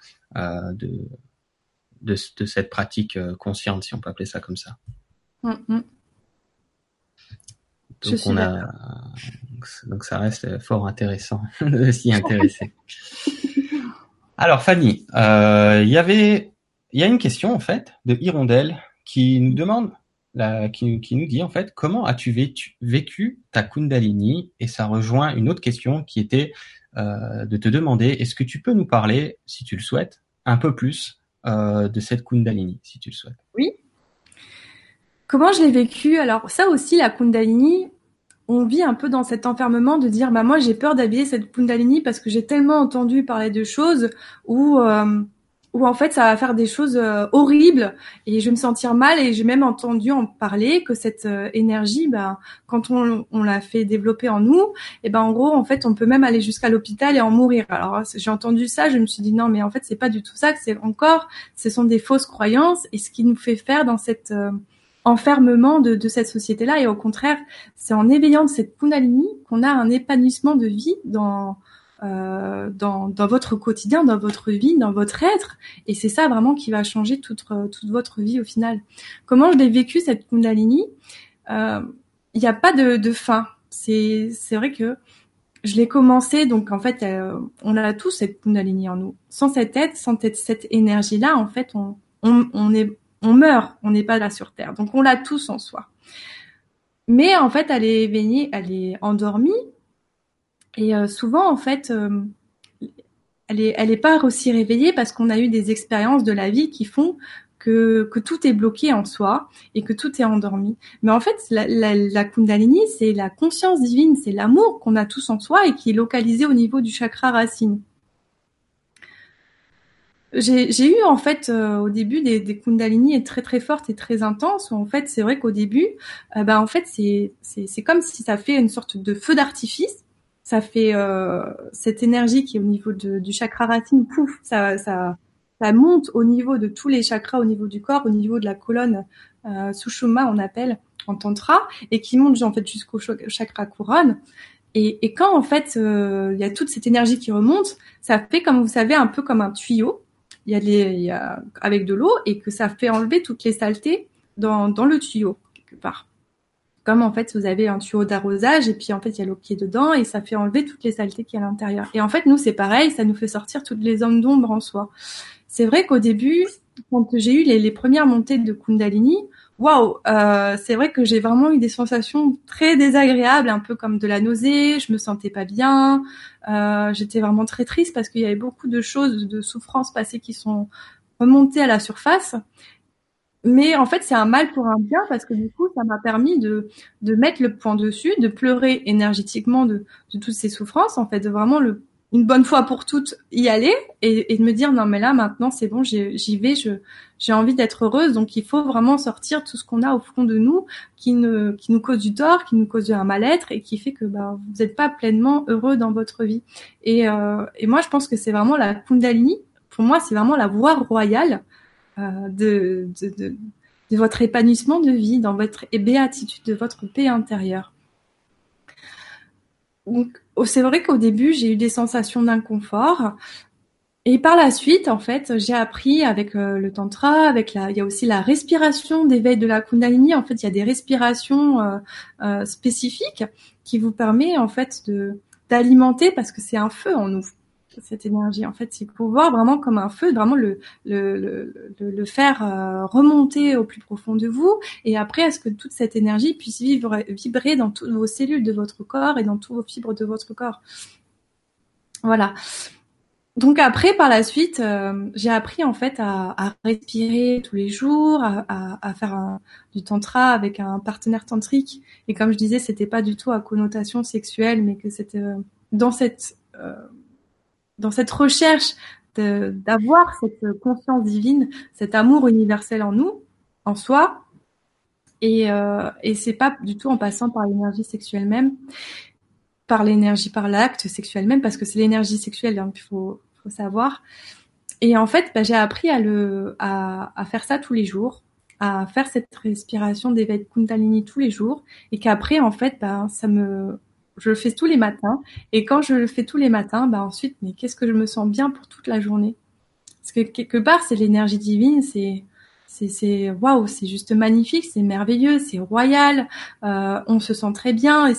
[SPEAKER 1] de cette pratique consciente, si on peut appeler ça comme ça.
[SPEAKER 2] Je suis d'accord.
[SPEAKER 1] Donc ça reste fort intéressant de s'y intéresser. Alors Fanny, il y a une question en fait de Hirondelle qui nous demande, qui nous dit en fait, comment as-tu vécu ta Kundalini? Et ça rejoint une autre question qui était de te demander, est-ce que tu peux nous parler, si tu le souhaites, un peu plus de cette Kundalini, si tu le souhaites.
[SPEAKER 2] Oui. Comment je l'ai vécu? Alors ça aussi, la Kundalini, on vit un peu dans cet enfermement de dire, bah moi j'ai peur d'habiller cette Kundalini parce que j'ai tellement entendu parler de choses où en fait ça va faire des choses horribles et je vais me sentir mal, et j'ai même entendu en parler que cette énergie, bah quand on l'a fait développer en nous, et ben en gros en fait on peut même aller jusqu'à l'hôpital et en mourir. Alors j'ai entendu ça, je me suis dit non, mais en fait c'est pas du tout ça, que ce sont des fausses croyances, et ce qui nous fait faire dans cette enfermement de cette société-là. Et au contraire, c'est en éveillant de cette Kundalini qu'on a un épanouissement de vie dans votre quotidien, dans votre vie, dans votre être. Et c'est ça vraiment qui va changer toute votre vie au final. Comment je l'ai vécu, cette Kundalini? Il n'y a pas de fin. C'est vrai que je l'ai commencé, donc en fait, on a tous cette Kundalini en nous. Sans cette aide, sans cette énergie-là, en fait, on meurt, on n'est pas là sur Terre. Donc on l'a tous en soi. Mais en fait, elle est éveillée, elle est endormie. Et souvent, en fait, elle est pas aussi réveillée parce qu'on a eu des expériences de la vie qui font que tout est bloqué en soi et que tout est endormi. Mais en fait, la Kundalini, c'est la conscience divine, c'est l'amour qu'on a tous en soi et qui est localisé au niveau du chakra racine. J'ai eu en fait au début des Kundalini très très fortes et très intenses, où en fait c'est vrai qu'au début, en fait c'est comme si ça fait une sorte de feu d'artifice. Ça fait cette énergie qui est au niveau du chakra racine, pouf, ça monte au niveau de tous les chakras, au niveau du corps, au niveau de la colonne Sushumna on appelle en tantra, et qui monte en fait jusqu'au chakra couronne. Et quand en fait il y a toute cette énergie qui remonte, ça fait, comme vous savez, un peu comme un tuyau. Il y a avec de l'eau, et que ça fait enlever toutes les saletés dans le tuyau quelque part. Comme en fait vous avez un tuyau d'arrosage, et puis en fait il y a l'eau qui est dedans et ça fait enlever toutes les saletés qui est à l'intérieur. Et en fait nous c'est pareil, ça nous fait sortir toutes les zones d'ombre en soi. C'est vrai qu'au début, quand j'ai eu les premières montées de Kundalini, waouh, c'est vrai que j'ai vraiment eu des sensations très désagréables, un peu comme de la nausée, je me sentais pas bien, j'étais vraiment très triste parce qu'il y avait beaucoup de choses, de souffrances passées qui sont remontées à la surface. Mais en fait, c'est un mal pour un bien, parce que du coup, ça m'a permis de mettre le point dessus, de pleurer énergétiquement de toutes ces souffrances, en fait, de vraiment une bonne fois pour toutes y aller, et de me dire non mais là maintenant c'est bon, j'y vais, j'ai envie d'être heureuse, donc il faut vraiment sortir tout ce qu'on a au fond de nous qui nous cause du tort, qui nous cause un mal-être, et qui fait que vous n'êtes pas pleinement heureux dans votre vie. Et moi je pense que c'est vraiment la Kundalini, pour moi c'est vraiment la voie royale de votre épanouissement de vie, dans votre béatitude, de votre paix intérieure. Donc, c'est vrai qu'au début, j'ai eu des sensations d'inconfort. Et par la suite, en fait, j'ai appris avec le tantra, il y a aussi la respiration d'éveil de la Kundalini. En fait, il y a des respirations spécifiques qui vous permet en fait d'alimenter, parce que c'est un feu en nous, cette énergie. En fait, il faut voir vraiment comme un feu, vraiment le faire remonter au plus profond de vous, et après, à ce que toute cette énergie puisse vibrer dans toutes vos cellules de votre corps et dans toutes vos fibres de votre corps. Voilà. Donc après, par la suite, j'ai appris en fait à respirer tous les jours, à faire du tantra avec un partenaire tantrique. Et comme je disais, c'était pas du tout à connotation sexuelle, mais que c'était dans cette recherche d'avoir cette conscience divine, cet amour universel en nous, en soi. Et c'est pas du tout en passant par l'énergie sexuelle même, par l'acte sexuel même, parce que c'est l'énergie sexuelle, hein, qu'il faut savoir. Et en fait, j'ai appris à faire ça tous les jours, à faire cette respiration d'éveil de Kundalini tous les jours, et qu'après, en fait, je le fais tous les matins. Et quand je le fais tous les matins, ensuite, mais qu'est-ce que je me sens bien pour toute la journée. Parce que quelque part, c'est l'énergie divine, c'est waouh, c'est juste magnifique, c'est merveilleux, c'est royal, on se sent très bien, et c'est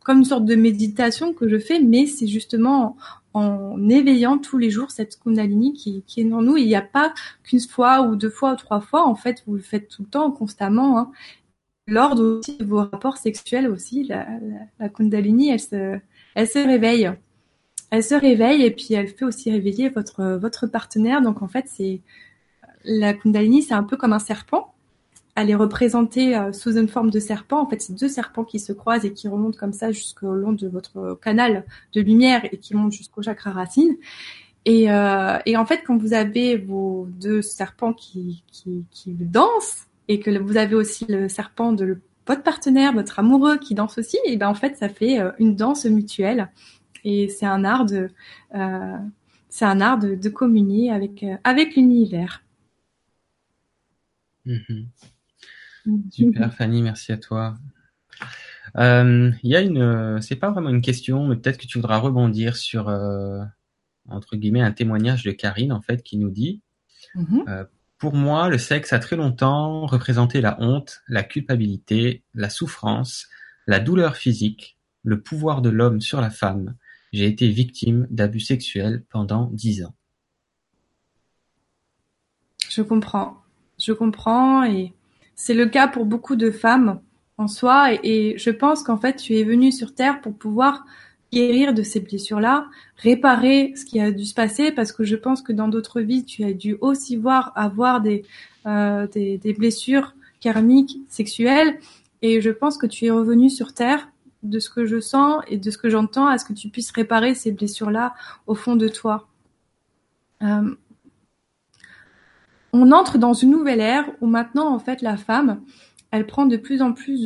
[SPEAKER 2] comme une sorte de méditation que je fais, mais c'est justement en éveillant tous les jours cette Kundalini qui est en nous. Il n'y a pas qu'une fois ou 2 fois ou 3 fois. En fait, vous le faites tout le temps, constamment. Hein. Lors aussi de vos rapports sexuels aussi, la Kundalini, elle se réveille. Elle se réveille et puis elle fait aussi réveiller votre partenaire. Donc en fait, la Kundalini, c'est un peu comme un serpent. Elle est représentée sous une forme de serpent. En fait, c'est 2 serpents qui se croisent et qui remontent comme ça jusqu'au long de votre canal de lumière et qui montent jusqu'au chakra racine. Et en fait, quand vous avez vos 2 serpents qui dansent et que vous avez aussi le serpent de votre partenaire, votre amoureux qui danse aussi, et ben en fait, ça fait une danse mutuelle. Et c'est un art de communier avec l'univers.
[SPEAKER 1] Super, Fanny, merci à toi. Il y a c'est pas vraiment une question, mais peut-être que tu voudras rebondir sur, entre guillemets, un témoignage de Karine, en fait, qui nous dit, pour moi, le sexe a très longtemps représenté la honte, la culpabilité, la souffrance, la douleur physique, le pouvoir de l'homme sur la femme. J'ai été victime d'abus sexuels pendant 10 ans.
[SPEAKER 2] Je comprends et c'est le cas pour beaucoup de femmes en soi et je pense qu'en fait tu es venue sur Terre pour pouvoir guérir de ces blessures-là, réparer ce qui a dû se passer parce que je pense que dans d'autres vies tu as dû aussi avoir des blessures karmiques sexuelles et je pense que tu es revenue sur Terre de ce que je sens et de ce que j'entends à ce que tu puisses réparer ces blessures-là au fond de toi. On entre dans une nouvelle ère où maintenant, en fait, la femme, elle prend de plus en plus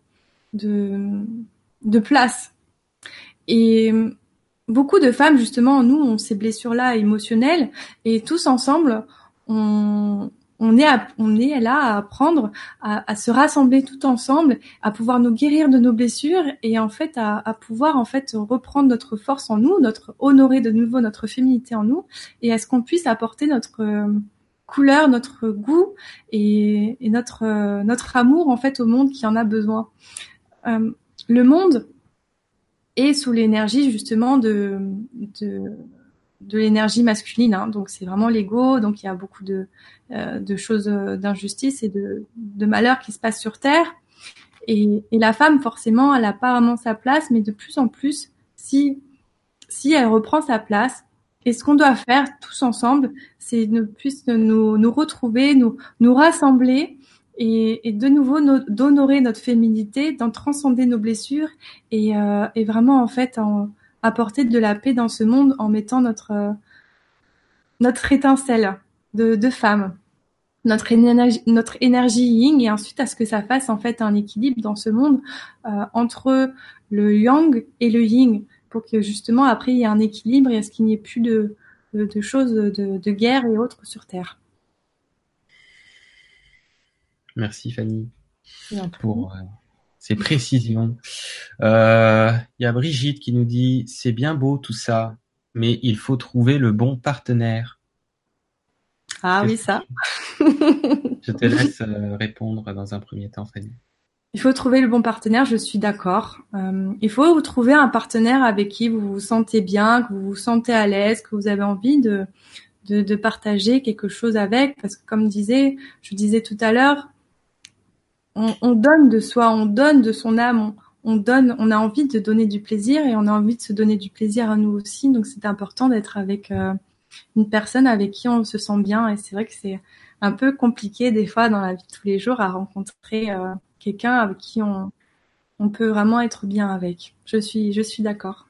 [SPEAKER 2] de place. Et beaucoup de femmes, justement, nous, ont ces blessures-là émotionnelles et tous ensemble, on est là à apprendre à se rassembler tout ensemble, à pouvoir nous guérir de nos blessures et en fait à pouvoir en fait reprendre notre force en nous, honorer de nouveau notre féminité en nous et à ce qu'on puisse apporter notre couleur, notre goût et notre amour en fait au monde qui en a besoin. Le monde est sous l'énergie justement de l'énergie masculine, hein. Donc c'est vraiment l'ego, donc il y a beaucoup de choses d'injustice et de malheur qui se passent sur Terre. Et la femme forcément, elle a pas vraiment sa place, mais de plus en plus, si elle reprend sa place. Et ce qu'on doit faire tous ensemble, c'est nous retrouver, nous rassembler et de nouveau d'honorer notre féminité, d'en transcender nos blessures et vraiment en fait apporter de la paix dans ce monde en mettant notre étincelle de femme, notre énergie yin et ensuite à ce que ça fasse en fait un équilibre dans ce monde entre le yang et le yin. Pour que justement après il y ait un équilibre et à ce qu'il n'y ait plus de choses de guerre et autres sur Terre.
[SPEAKER 1] Merci Fanny pour ces précisions. Il y a Brigitte qui nous dit « C'est bien beau tout ça, mais il faut trouver le bon partenaire. »
[SPEAKER 2] Ah oui, ça.
[SPEAKER 1] Je te laisse répondre dans un premier temps, Fanny.
[SPEAKER 2] Il faut trouver le bon partenaire, je suis d'accord. Il faut vous trouver un partenaire avec qui vous vous sentez bien, que vous vous sentez à l'aise, que vous avez envie de partager quelque chose avec. Parce que comme je disais tout à l'heure, on donne de soi, on donne de son âme, on a envie de donner du plaisir et on a envie de se donner du plaisir à nous aussi. Donc c'est important d'être avec une personne avec qui on se sent bien. Et c'est vrai que c'est un peu compliqué des fois dans la vie de tous les jours à rencontrer quelqu'un avec qui on peut vraiment être bien avec. Je suis d'accord.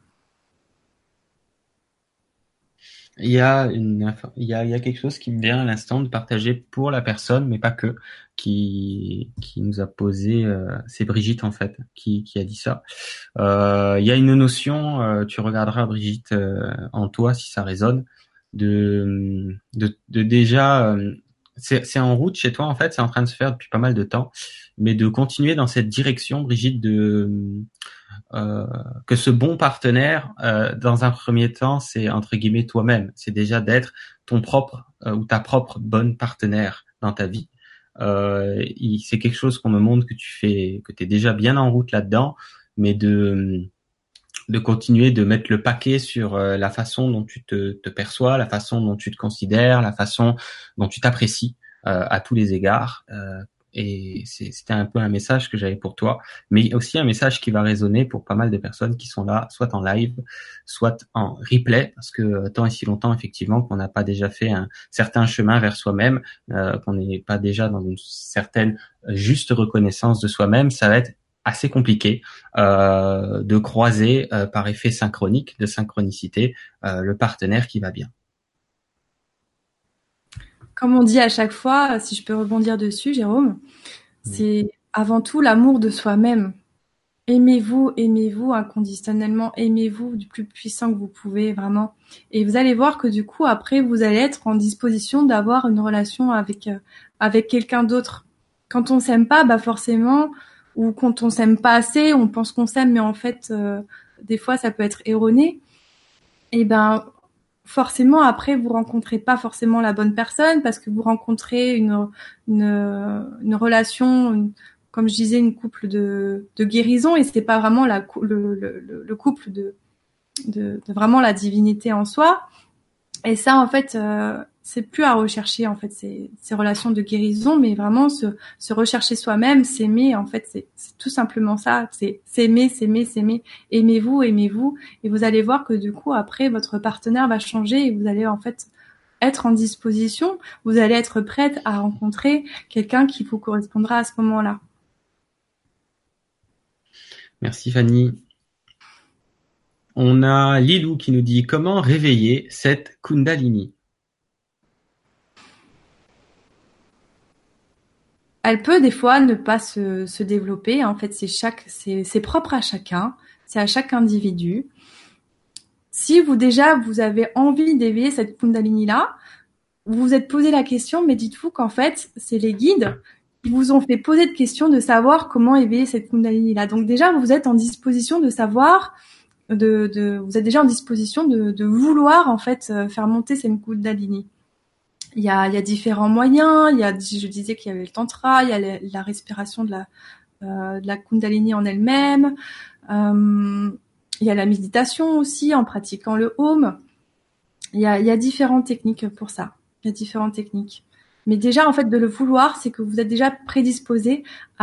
[SPEAKER 1] Il y a quelque chose qui me vient à l'instant de partager pour la personne, mais pas que, qui nous a posé, c'est Brigitte en fait, qui a dit ça. Il y a une notion, tu regarderas Brigitte en toi si ça résonne, de déjà, c'est en route chez toi en fait, c'est en train de se faire depuis pas mal de temps, mais de continuer dans cette direction, Brigitte, que ce bon partenaire, dans un premier temps, c'est entre guillemets toi-même. C'est déjà d'être ton propre ou ta propre bonne partenaire dans ta vie. C'est quelque chose qu'on me montre que tu es déjà bien en route là-dedans, mais de de continuer de mettre le paquet sur la façon dont tu te perçois, la façon dont tu te considères, la façon dont tu t'apprécies à tous les égards. Et c'était un peu un message que j'avais pour toi, mais aussi un message qui va résonner pour pas mal de personnes qui sont là, soit en live, soit en replay, parce que tant et si longtemps, effectivement, qu'on n'a pas déjà fait un certain chemin vers soi-même, qu'on n'est pas déjà dans une certaine juste reconnaissance de soi-même, ça va être assez compliqué de croiser par effet synchronique, de synchronicité, le partenaire qui va bien.
[SPEAKER 2] Comme on dit à chaque fois, si je peux rebondir dessus, Jérôme, c'est avant tout l'amour de soi-même. Aimez-vous inconditionnellement, aimez-vous du plus puissant que vous pouvez, vraiment. Et vous allez voir que du coup, après, vous allez être en disposition d'avoir une relation avec quelqu'un d'autre. Quand on s'aime pas, bah forcément, ou quand on s'aime pas assez, on pense qu'on s'aime, mais en fait, des fois, ça peut être erroné. Et ben, forcément, après, vous rencontrez pas forcément la bonne personne parce que vous rencontrez une relation, comme je disais, une couple de guérison, et c'est pas vraiment le couple de vraiment la divinité en soi. Et ça, en fait, c'est plus à rechercher, en fait, ces relations de guérison, mais vraiment se rechercher soi-même, s'aimer, en fait, c'est tout simplement ça. C'est s'aimer, s'aimer, s'aimer. Aimez-vous. Et vous allez voir que du coup, après, votre partenaire va changer et vous allez, en fait, être en disposition. Vous allez être prête à rencontrer quelqu'un qui vous correspondra à ce moment-là.
[SPEAKER 1] Merci Fanny. On a Lilou qui nous dit comment réveiller cette Kundalini.
[SPEAKER 2] Elle peut des fois ne pas se développer. En fait, c'est propre à chacun, c'est à chaque individu. Si vous avez envie d'éveiller cette Kundalini-là, vous vous êtes posé la question, mais dites-vous qu'en fait, c'est les guides qui vous ont fait poser de questions de savoir comment éveiller cette Kundalini-là. Donc déjà, vous êtes en disposition de savoir, vous êtes déjà en disposition de vouloir en fait faire monter cette Kundalini. Il y a différents moyens. Je disais qu'il y avait le tantra, il y a la respiration de la Kundalini en elle-même. Il y a la méditation aussi, en pratiquant le Om. Il y a différentes techniques pour ça. Il y a différentes techniques. Mais déjà, en fait, de le vouloir, c'est que vous êtes déjà prédisposé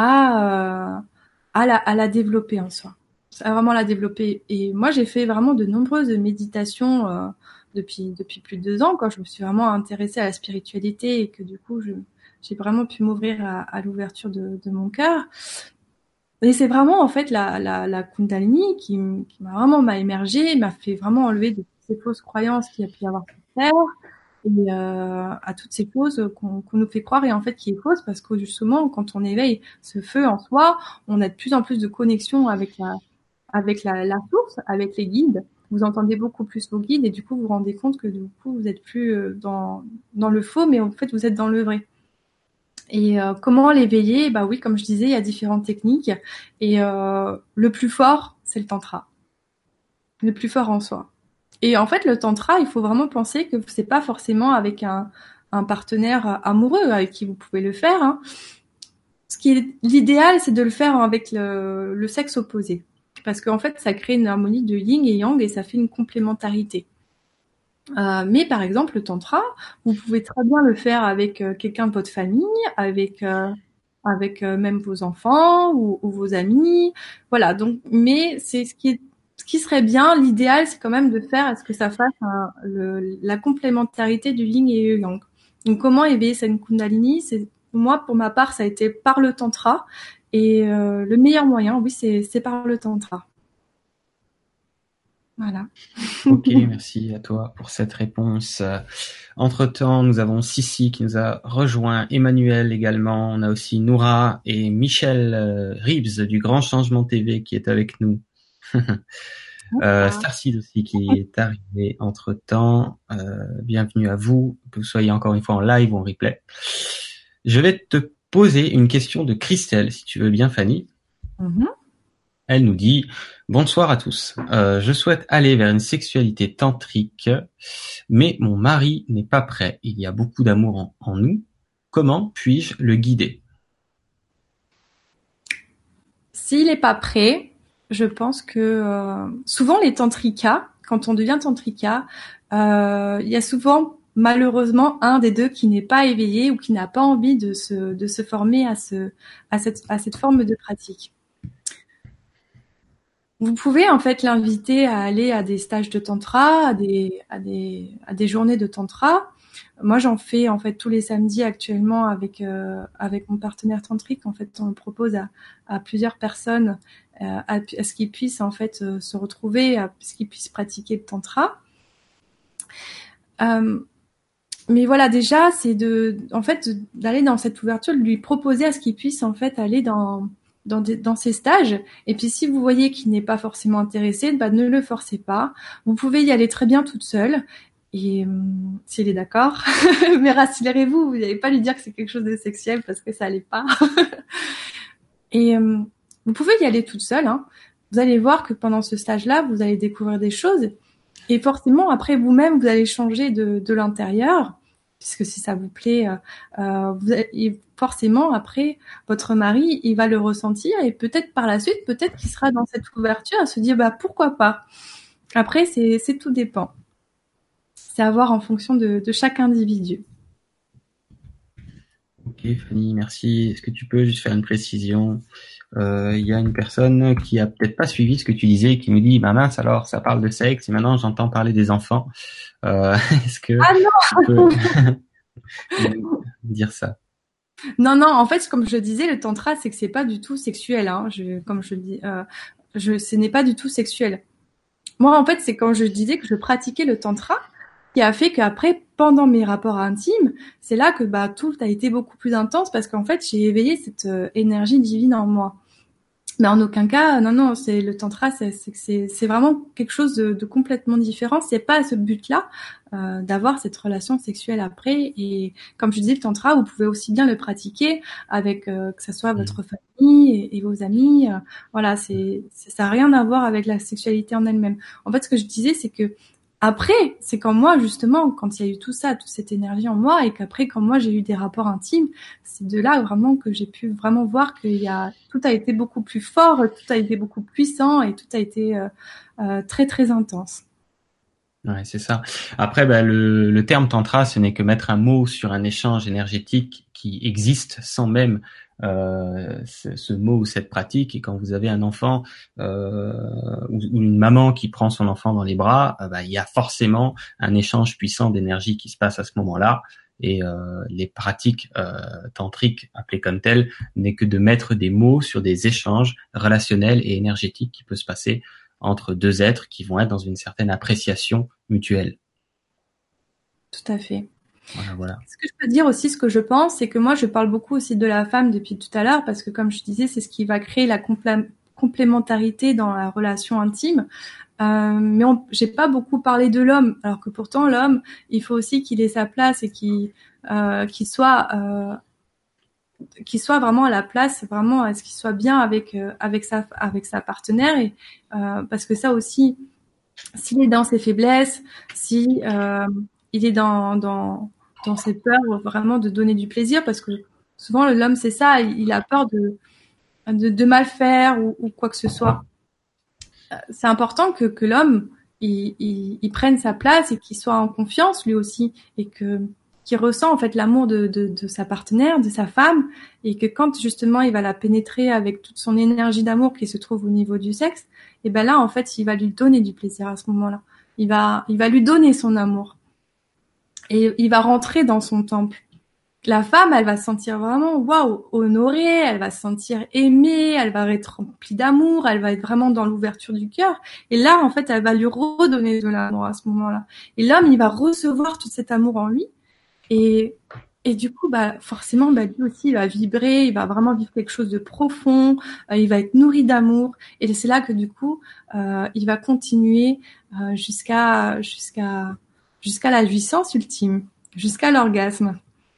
[SPEAKER 2] à la développer en soi. À vraiment la développer. Et moi, j'ai fait vraiment de nombreuses méditations depuis plus de 2 ans, quand je me suis vraiment intéressée à la spiritualité et que du coup, j'ai vraiment pu m'ouvrir à l'ouverture de mon cœur. Et c'est vraiment en fait la Kundalini qui m'a émergée, m'a fait vraiment enlever de toutes ces fausses croyances qu'il y a pu y avoir sur Terre, et à toutes ces choses qu'on nous fait croire, et en fait qui est fausse, parce que justement quand on éveille ce feu en soi, on a de plus en plus de connexion avec la source, avec les guides. Vous entendez beaucoup plus vos guides et du coup vous vous rendez compte que du coup vous êtes plus dans le faux, mais en fait vous êtes dans le vrai. Et comment l'éveiller? Bah oui, comme je disais, il y a différentes techniques. Et le plus fort, c'est le tantra. Le plus fort en soi. Et en fait, le tantra, il faut vraiment penser que c'est pas forcément avec un partenaire amoureux avec qui vous pouvez le faire, hein. L'idéal, c'est de le faire avec le sexe opposé. Parce qu'en fait, ça crée une harmonie de yin et yang et ça fait une complémentarité. Mais par exemple, le tantra, vous pouvez très bien le faire avec quelqu'un de votre famille, avec même vos enfants ou vos amis. Voilà. Donc, mais c'est ce qui serait bien. L'idéal, c'est quand même de faire à ce que ça fasse la complémentarité du yin et du yang. Donc, comment éveiller cette Kundalini? Moi, pour ma part, ça a été par le tantra. Et le meilleur moyen, oui, c'est par le tantra. Voilà.
[SPEAKER 1] Ok, merci à toi pour cette réponse. Entre-temps, nous avons Sissi qui nous a rejoint, Emmanuel également, on a aussi Noura et Michel Reeves du Grand Changement TV qui est avec nous. Starseed aussi qui est arrivé entre-temps. Bienvenue à vous, que vous soyez encore une fois en live ou en replay. Je vais te poser une question de Christelle, si tu veux bien, Fanny.
[SPEAKER 2] Mm-hmm.
[SPEAKER 1] Elle nous dit « Bonsoir à tous. Je souhaite aller vers une sexualité tantrique, mais mon mari n'est pas prêt. Il y a beaucoup d'amour en nous. Comment puis-je le guider ?»
[SPEAKER 2] S'il n'est pas prêt, je pense que souvent les tantrikas, quand on devient tantrika, il y a souvent malheureusement un des deux qui n'est pas éveillé ou qui n'a pas envie de se former à cette forme de pratique. Vous pouvez en fait l'inviter à aller à des stages de tantra, à des journées de tantra. Moi, j'en fais en fait tous les samedis actuellement avec mon partenaire tantrique. En fait, on le propose à plusieurs personnes à ce qu'ils puissent en fait se retrouver, à ce qu'ils puissent pratiquer le tantra. Mais voilà, déjà, c'est en fait, d'aller dans cette ouverture, de lui proposer à ce qu'il puisse en fait aller dans ces stages. Et puis, si vous voyez qu'il n'est pas forcément intéressé, bah, ne le forcez pas. Vous pouvez y aller très bien toute seule. Et s'il est d'accord, mais rassurez-vous, vous n'allez pas lui dire que c'est quelque chose de sexuel parce que ça l'est pas. Et vous pouvez y aller toute seule. Hein. Vous allez voir que pendant ce stage-là, vous allez découvrir des choses. Et forcément, après vous-même, vous allez changer de l'intérieur, puisque si ça vous plaît, et forcément, après, votre mari, il va le ressentir, et peut-être par la suite, peut-être qu'il sera dans cette ouverture à se dire, bah pourquoi pas. Après, c'est tout dépend. C'est à voir en fonction de chaque individu.
[SPEAKER 1] Ok, Fanny, merci. Est-ce que tu peux juste faire une précision? Il y a une personne qui a peut-être pas suivi ce que tu disais et qui nous dit, bah mince, alors ça parle de sexe et maintenant j'entends parler des enfants. Est-ce que
[SPEAKER 2] Ah
[SPEAKER 1] tu peux dire ça?
[SPEAKER 2] non, non, en fait, comme je le disais, le tantra, c'est que c'est pas du tout sexuel. Hein. Comme je le dis, ce n'est pas du tout sexuel. Moi, en fait, c'est quand je disais que je pratiquais le tantra qui a fait qu'après, pendant mes rapports intimes, c'est là que bah tout a été beaucoup plus intense parce qu'en fait, j'ai éveillé cette énergie divine en moi. Mais en aucun cas, non, non, c'est le tantra, c'est vraiment quelque chose de complètement différent. C'est pas ce but-là d'avoir cette relation sexuelle après. Et comme je disais, le tantra, vous pouvez aussi bien le pratiquer avec que ce soit votre famille et vos amis. Voilà, ça a rien à voir avec la sexualité en elle-même. En fait, ce que je disais, c'est que après, c'est quand moi, justement, quand il y a eu tout ça, toute cette énergie en moi, et qu'après, quand moi j'ai eu des rapports intimes, c'est de là vraiment que j'ai pu vraiment voir tout a été beaucoup plus fort, tout a été beaucoup plus puissant et tout a été très très intense.
[SPEAKER 1] Ouais, c'est ça. Après, bah, le terme tantra, ce n'est que mettre un mot sur un échange énergétique qui existe sans même ce mot ou cette pratique. Et quand vous avez un enfant ou une maman qui prend son enfant dans les bras, bah, il y a forcément un échange puissant d'énergie qui se passe à ce moment-là. Et les pratiques tantriques appelées comme telles n'est que de mettre des mots sur des échanges relationnels et énergétiques qui peuvent se passer entre deux êtres qui vont être dans une certaine appréciation mutuelle.
[SPEAKER 2] Tout à fait.
[SPEAKER 1] Voilà, voilà.
[SPEAKER 2] Ce que je peux dire aussi, ce que je pense, c'est que moi, je parle beaucoup aussi de la femme depuis tout à l'heure, parce que comme je disais, c'est ce qui va créer la complémentarité dans la relation intime. Mais j'ai pas beaucoup parlé de l'homme, alors que pourtant l'homme, il faut aussi qu'il ait sa place et qu'il soit vraiment à la place, vraiment à ce qu'il soit bien avec sa partenaire et parce que ça aussi, s'il est dans ses faiblesses, si il est dans ses peurs vraiment de donner du plaisir, parce que souvent l'homme c'est ça, il a peur de mal faire ou quoi que ce soit. C'est important que l'homme il prenne sa place et qu'il soit en confiance lui aussi et qu'il ressent en fait l'amour de sa partenaire, de sa femme, et que quand justement il va la pénétrer avec toute son énergie d'amour qui se trouve au niveau du sexe, et ben là en fait il va lui donner du plaisir à ce moment-là. Il va lui donner son amour et il va rentrer dans son temple. La femme, elle va se sentir vraiment waouh, honorée, elle va se sentir aimée, elle va être remplie d'amour, elle va être vraiment dans l'ouverture du cœur. Et là, en fait, elle va lui redonner de l'amour à ce moment-là. Et l'homme, il va recevoir tout cet amour en lui. Et, et du coup, bah, forcément, bah, lui aussi, il va vibrer, il va vraiment vivre quelque chose de profond, il va être nourri d'amour. Et c'est là que du coup, il va continuer jusqu'à la jouissance ultime, jusqu'à l'orgasme.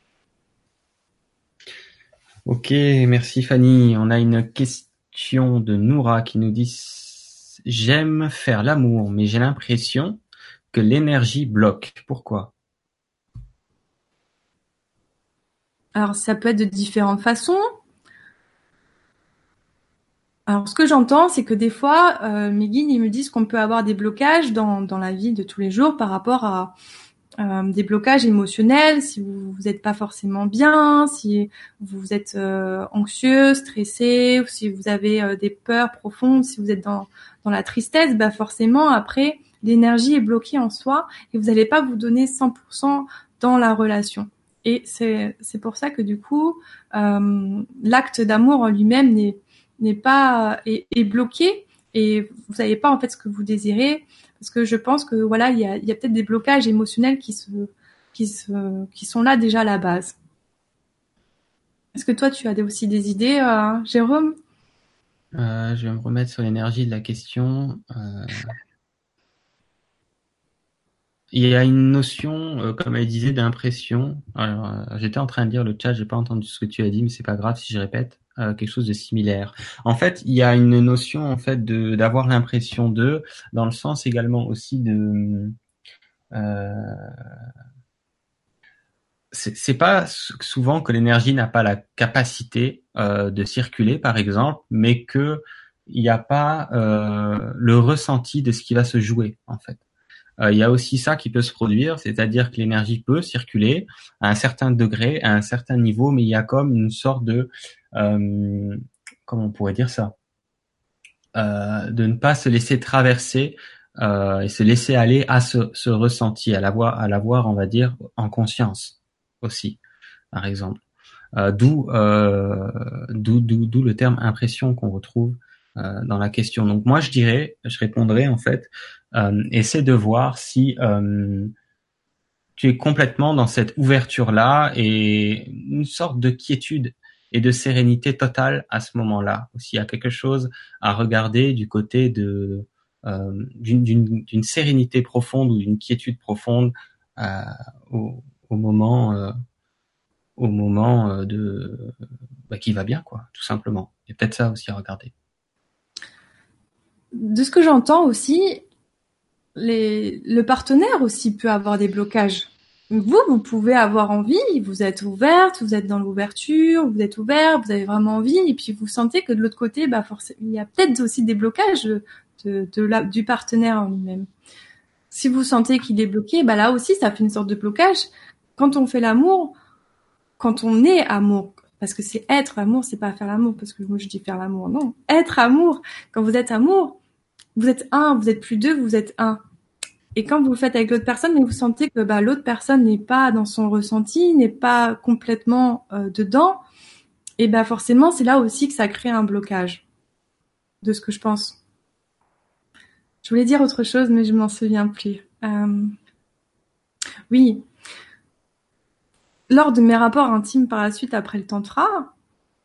[SPEAKER 1] Ok, merci Fanny. On a une question de Noura qui nous dit j'aime faire l'amour, mais j'ai l'impression que l'énergie bloque. Pourquoi?
[SPEAKER 2] Alors, ça peut être de différentes façons. Alors, ce que j'entends, c'est que des fois, mes guides, ils me disent qu'on peut avoir des blocages dans la vie de tous les jours par rapport à des blocages émotionnels, si vous n'êtes pas forcément bien, si vous êtes anxieux, stressé, ou si vous avez des peurs profondes, si vous êtes dans la tristesse, bah forcément, après, l'énergie est bloquée en soi et vous n'allez pas vous donner 100% dans la relation. Et c'est pour ça que du coup, l'acte d'amour en lui-même n'est pas est bloqué et vous savez pas en fait ce que vous désirez parce que je pense que voilà il y a peut-être des blocages émotionnels qui sont là déjà à la base. Est-ce que toi tu as aussi des idées, Jérôme?
[SPEAKER 1] Je vais me remettre sur l'énergie de la question. Il y a une notion, comme elle disait, d'impression. Alors, j'étais en train de lire le chat, j'ai pas entendu ce que tu as dit, mais c'est pas grave si je répète quelque chose de similaire. En fait, il y a une notion en fait de d'avoir l'impression de, dans le sens également aussi de. Euh, c'est pas souvent que l'énergie n'a pas la capacité de circuler, par exemple, mais que il n'y a pas le ressenti de ce qui va se jouer, en fait. Il y a aussi ça qui peut se produire, c'est-à-dire que l'énergie peut circuler à un certain degré, à un certain niveau, mais il y a comme une sorte de, comment on pourrait dire ça, de ne pas se laisser traverser et se laisser aller à ce ressenti, à l'avoir, on va dire, en conscience aussi, par exemple. D'où le terme impression qu'on retrouve dans la question. Donc moi je répondrais en fait, essaie de voir si tu es complètement dans cette ouverture-là et une sorte de quiétude et de sérénité totale à ce moment-là. Aussi, il y a quelque chose à regarder du côté de d'une sérénité profonde ou d'une quiétude profonde euh, au, au moment de qui va bien, quoi, tout simplement. Il y a peut-être ça aussi à regarder.
[SPEAKER 2] De ce que j'entends aussi, le partenaire aussi peut avoir des blocages. Vous pouvez avoir envie, vous êtes ouverte, vous êtes dans l'ouverture, vous êtes ouvert, vous avez vraiment envie, et puis vous sentez que de l'autre côté, bah forcément, il y a peut-être aussi des blocages du partenaire en lui-même. Si vous sentez qu'il est bloqué, bah là aussi, ça fait une sorte de blocage. Quand on fait l'amour, quand on est amour, parce que c'est être amour, c'est pas faire l'amour, parce que moi je dis faire l'amour, non. Être amour, quand vous êtes amour, vous êtes un, vous êtes plus deux, vous êtes un. Et quand vous le faites avec l'autre personne, mais vous sentez que bah, l'autre personne n'est pas dans son ressenti, n'est pas complètement dedans, et bah forcément, c'est là aussi que ça crée un blocage, de ce que je pense. Je voulais dire autre chose, mais je m'en souviens plus. Oui, lors de mes rapports intimes par la suite après le tantra,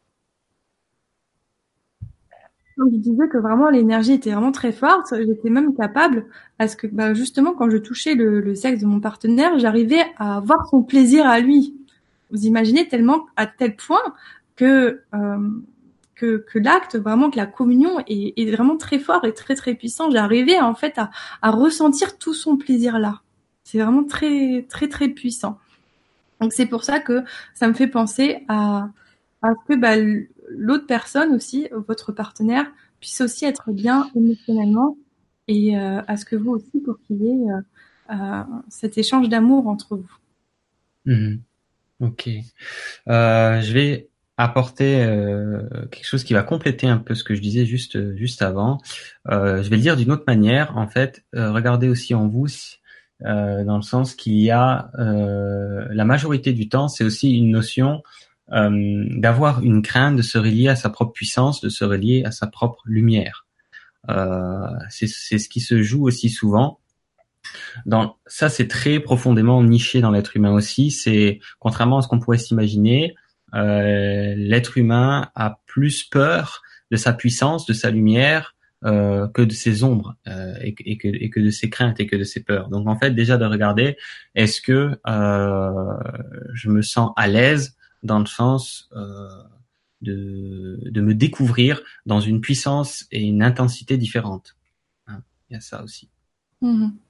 [SPEAKER 2] donc je disais que vraiment l'énergie était vraiment très forte. J'étais même capable à ce que, bah, justement, quand je touchais le sexe de mon partenaire, j'arrivais à voir son plaisir à lui. Vous imaginez tellement, à tel point que que l'acte, vraiment que la communion est vraiment très fort et très très puissant. J'arrivais en fait à ressentir tout son plaisir là. C'est vraiment très très très puissant. Donc c'est pour ça que ça me fait penser à ce que bah, l'autre personne aussi, votre partenaire, puisse aussi être bien émotionnellement et à ce que vous aussi pour qu'il y ait cet échange d'amour entre vous.
[SPEAKER 1] Mhm. Ok. Je vais apporter quelque chose qui va compléter un peu ce que je disais juste avant. Je vais le dire d'une autre manière. En fait, regardez aussi en vous, dans le sens qu'il y a la majorité du temps, c'est aussi une notion d'avoir une crainte de se relier à sa propre puissance, de se relier à sa propre lumière. C'est ce qui se joue aussi souvent. Ça, c'est très profondément niché dans l'être humain aussi. C'est contrairement à ce qu'on pourrait s'imaginer, l'être humain a plus peur de sa puissance, de sa lumière, que de ses ombres et que de ses craintes et que de ses peurs. Donc en fait, déjà de regarder, est-ce que je me sens à l'aise dans le sens de me découvrir dans une puissance et une intensité différentes. Hein, il y a ça aussi.
[SPEAKER 2] Mhm.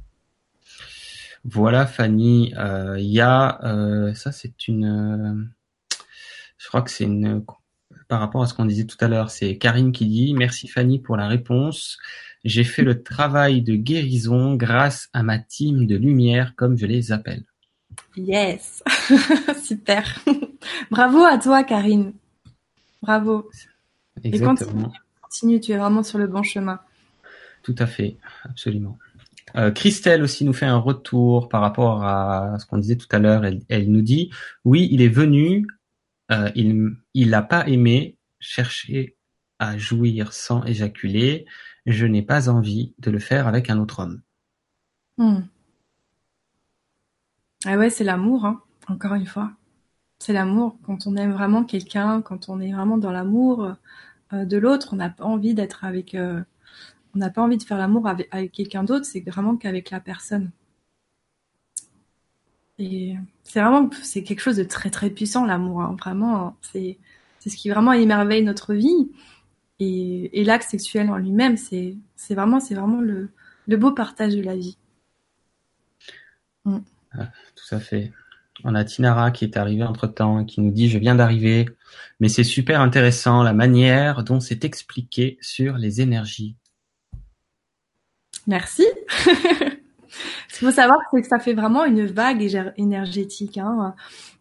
[SPEAKER 1] Voilà Fanny, il y a ça c'est une je crois que c'est une par rapport à ce qu'on disait tout à l'heure. C'est Karine qui dit: Merci Fanny pour la réponse. J'ai fait le travail de guérison grâce à ma team de lumière, comme je les appelle.
[SPEAKER 2] Yes. Super. Bravo à toi, Karine. Bravo. Et
[SPEAKER 1] Exactement.
[SPEAKER 2] continue, tu es vraiment sur le bon chemin.
[SPEAKER 1] Tout à fait, absolument. Christelle aussi nous fait un retour par rapport à ce qu'on disait tout à l'heure. Elle nous dit: oui, il est venu, il n'a pas aimé chercher à jouir sans éjaculer. Je n'ai pas envie de le faire avec un autre homme.
[SPEAKER 2] Ah ouais, c'est l'amour, hein, encore une fois. C'est l'amour. Quand on aime vraiment quelqu'un, quand on est vraiment dans l'amour de l'autre, on n'a pas envie d'être avec, on n'a pas envie de faire l'amour avec quelqu'un d'autre, c'est vraiment qu'avec la personne. Et c'est quelque chose de très très puissant, l'amour, hein. Vraiment, c'est ce qui vraiment émerveille notre vie. Et l'acte sexuel en lui-même, c'est vraiment le beau partage de la vie.
[SPEAKER 1] Tout à fait. On a Tinara qui est arrivée entre-temps et qui nous dit: je viens d'arriver, mais c'est super intéressant la manière dont c'est expliqué sur les énergies.
[SPEAKER 2] Merci. Ce qu'il faut savoir, c'est que ça fait vraiment une vague énergétique, hein.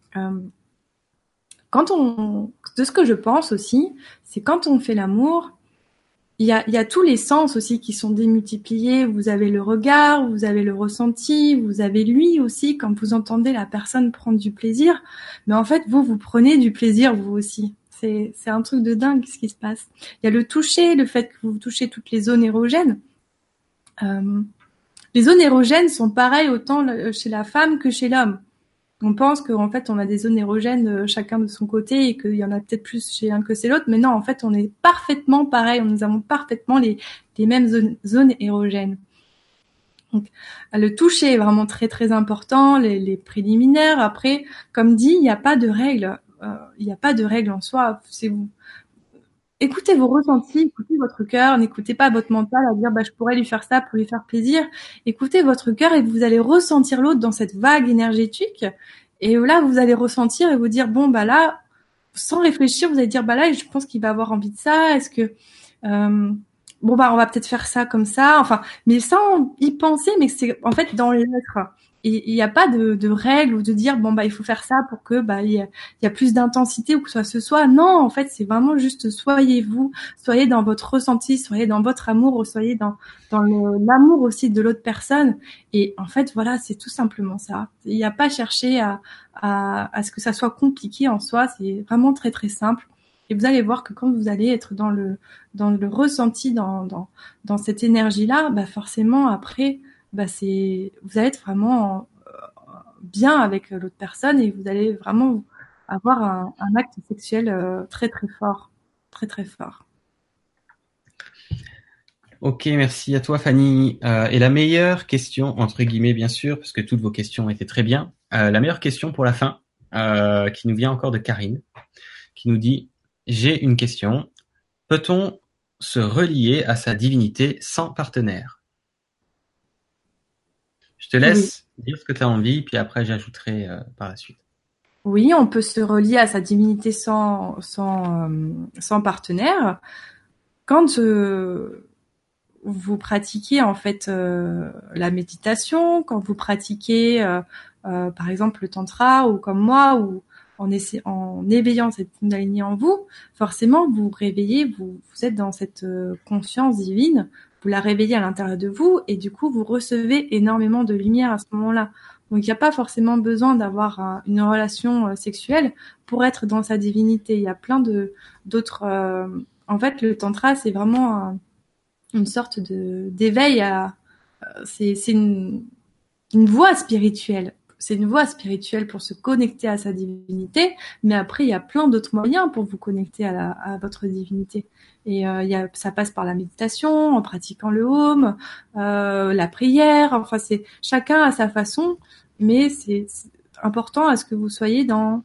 [SPEAKER 2] De ce que je pense aussi, c'est quand on fait l'amour, il y a tous les sens aussi qui sont démultipliés. Vous avez le regard, vous avez le ressenti, vous avez lui aussi quand vous entendez la personne prendre du plaisir. Mais en fait, vous prenez du plaisir vous aussi. C'est un truc de dingue ce qui se passe. Il y a le toucher, le fait que vous touchez toutes les zones érogènes. Les zones érogènes sont pareilles autant chez la femme que chez l'homme. On pense qu'en fait, on a des zones érogènes chacun de son côté et qu'il y en a peut-être plus chez l'un que chez l'autre. Mais non, en fait, on est parfaitement pareil. Nous avons parfaitement les mêmes zones érogènes. Donc, le toucher est vraiment très, très important, les préliminaires. Après, comme dit, il n'y a pas de règles. Il n'y a pas de règles en soi. C'est vous. Écoutez vos ressentis, écoutez votre cœur, n'écoutez pas votre mental à dire je pourrais lui faire ça pour lui faire plaisir. Écoutez votre cœur et vous allez ressentir l'autre dans cette vague énergétique. Et là, vous allez ressentir et vous dire là, sans réfléchir, vous allez dire là, je pense qu'il va avoir envie de ça. Est-ce que on va peut-être faire ça comme ça. Enfin, mais sans y penser, mais c'est en fait dans l'être. Il n'y a pas de règles ou de dire il faut faire ça pour que il y a plus d'intensité ou que ce soit. Non, en fait, c'est vraiment juste soyez vous, soyez dans votre ressenti, soyez dans votre amour, soyez dans l'amour aussi de l'autre personne. Et en fait, voilà, c'est tout simplement ça. Il n'y a pas cherché à ce que ça soit compliqué en soi. C'est vraiment très très simple. Et vous allez voir que quand vous allez être dans le ressenti, dans cette énergie-là, forcément après, vous allez être vraiment bien avec l'autre personne et vous allez vraiment avoir un acte sexuel très très fort, très très fort.
[SPEAKER 1] Ok, merci à toi Fanny. Et la meilleure question, entre guillemets bien sûr, parce que toutes vos questions étaient très bien, la meilleure question pour la fin, qui nous vient encore de Karine, qui nous dit: j'ai une question. Peut-on se relier à sa divinité sans partenaire? Je te laisse dire ce que tu as envie, puis après j'ajouterai par la suite.
[SPEAKER 2] Oui, on peut se relier à sa divinité sans partenaire. Quand vous pratiquez en fait la méditation, quand vous pratiquez par exemple le tantra ou comme moi, ou en éveillant cette kundalini en vous, forcément vous réveillez, vous êtes dans cette conscience divine, vous la réveillez à l'intérieur de vous et du coup vous recevez énormément de lumière à ce moment-là. Donc il n'y a pas forcément besoin d'avoir une relation sexuelle pour être dans sa divinité. Il y a plein d'autres. En fait, le tantra c'est vraiment une sorte d'éveil à. C'est une voie spirituelle. C'est une voie spirituelle pour se connecter à sa divinité, mais après il y a plein d'autres moyens pour vous connecter à votre divinité. Et ça passe par la méditation, en pratiquant le home, la prière. Enfin, c'est chacun à sa façon, mais c'est important à ce que vous soyez dans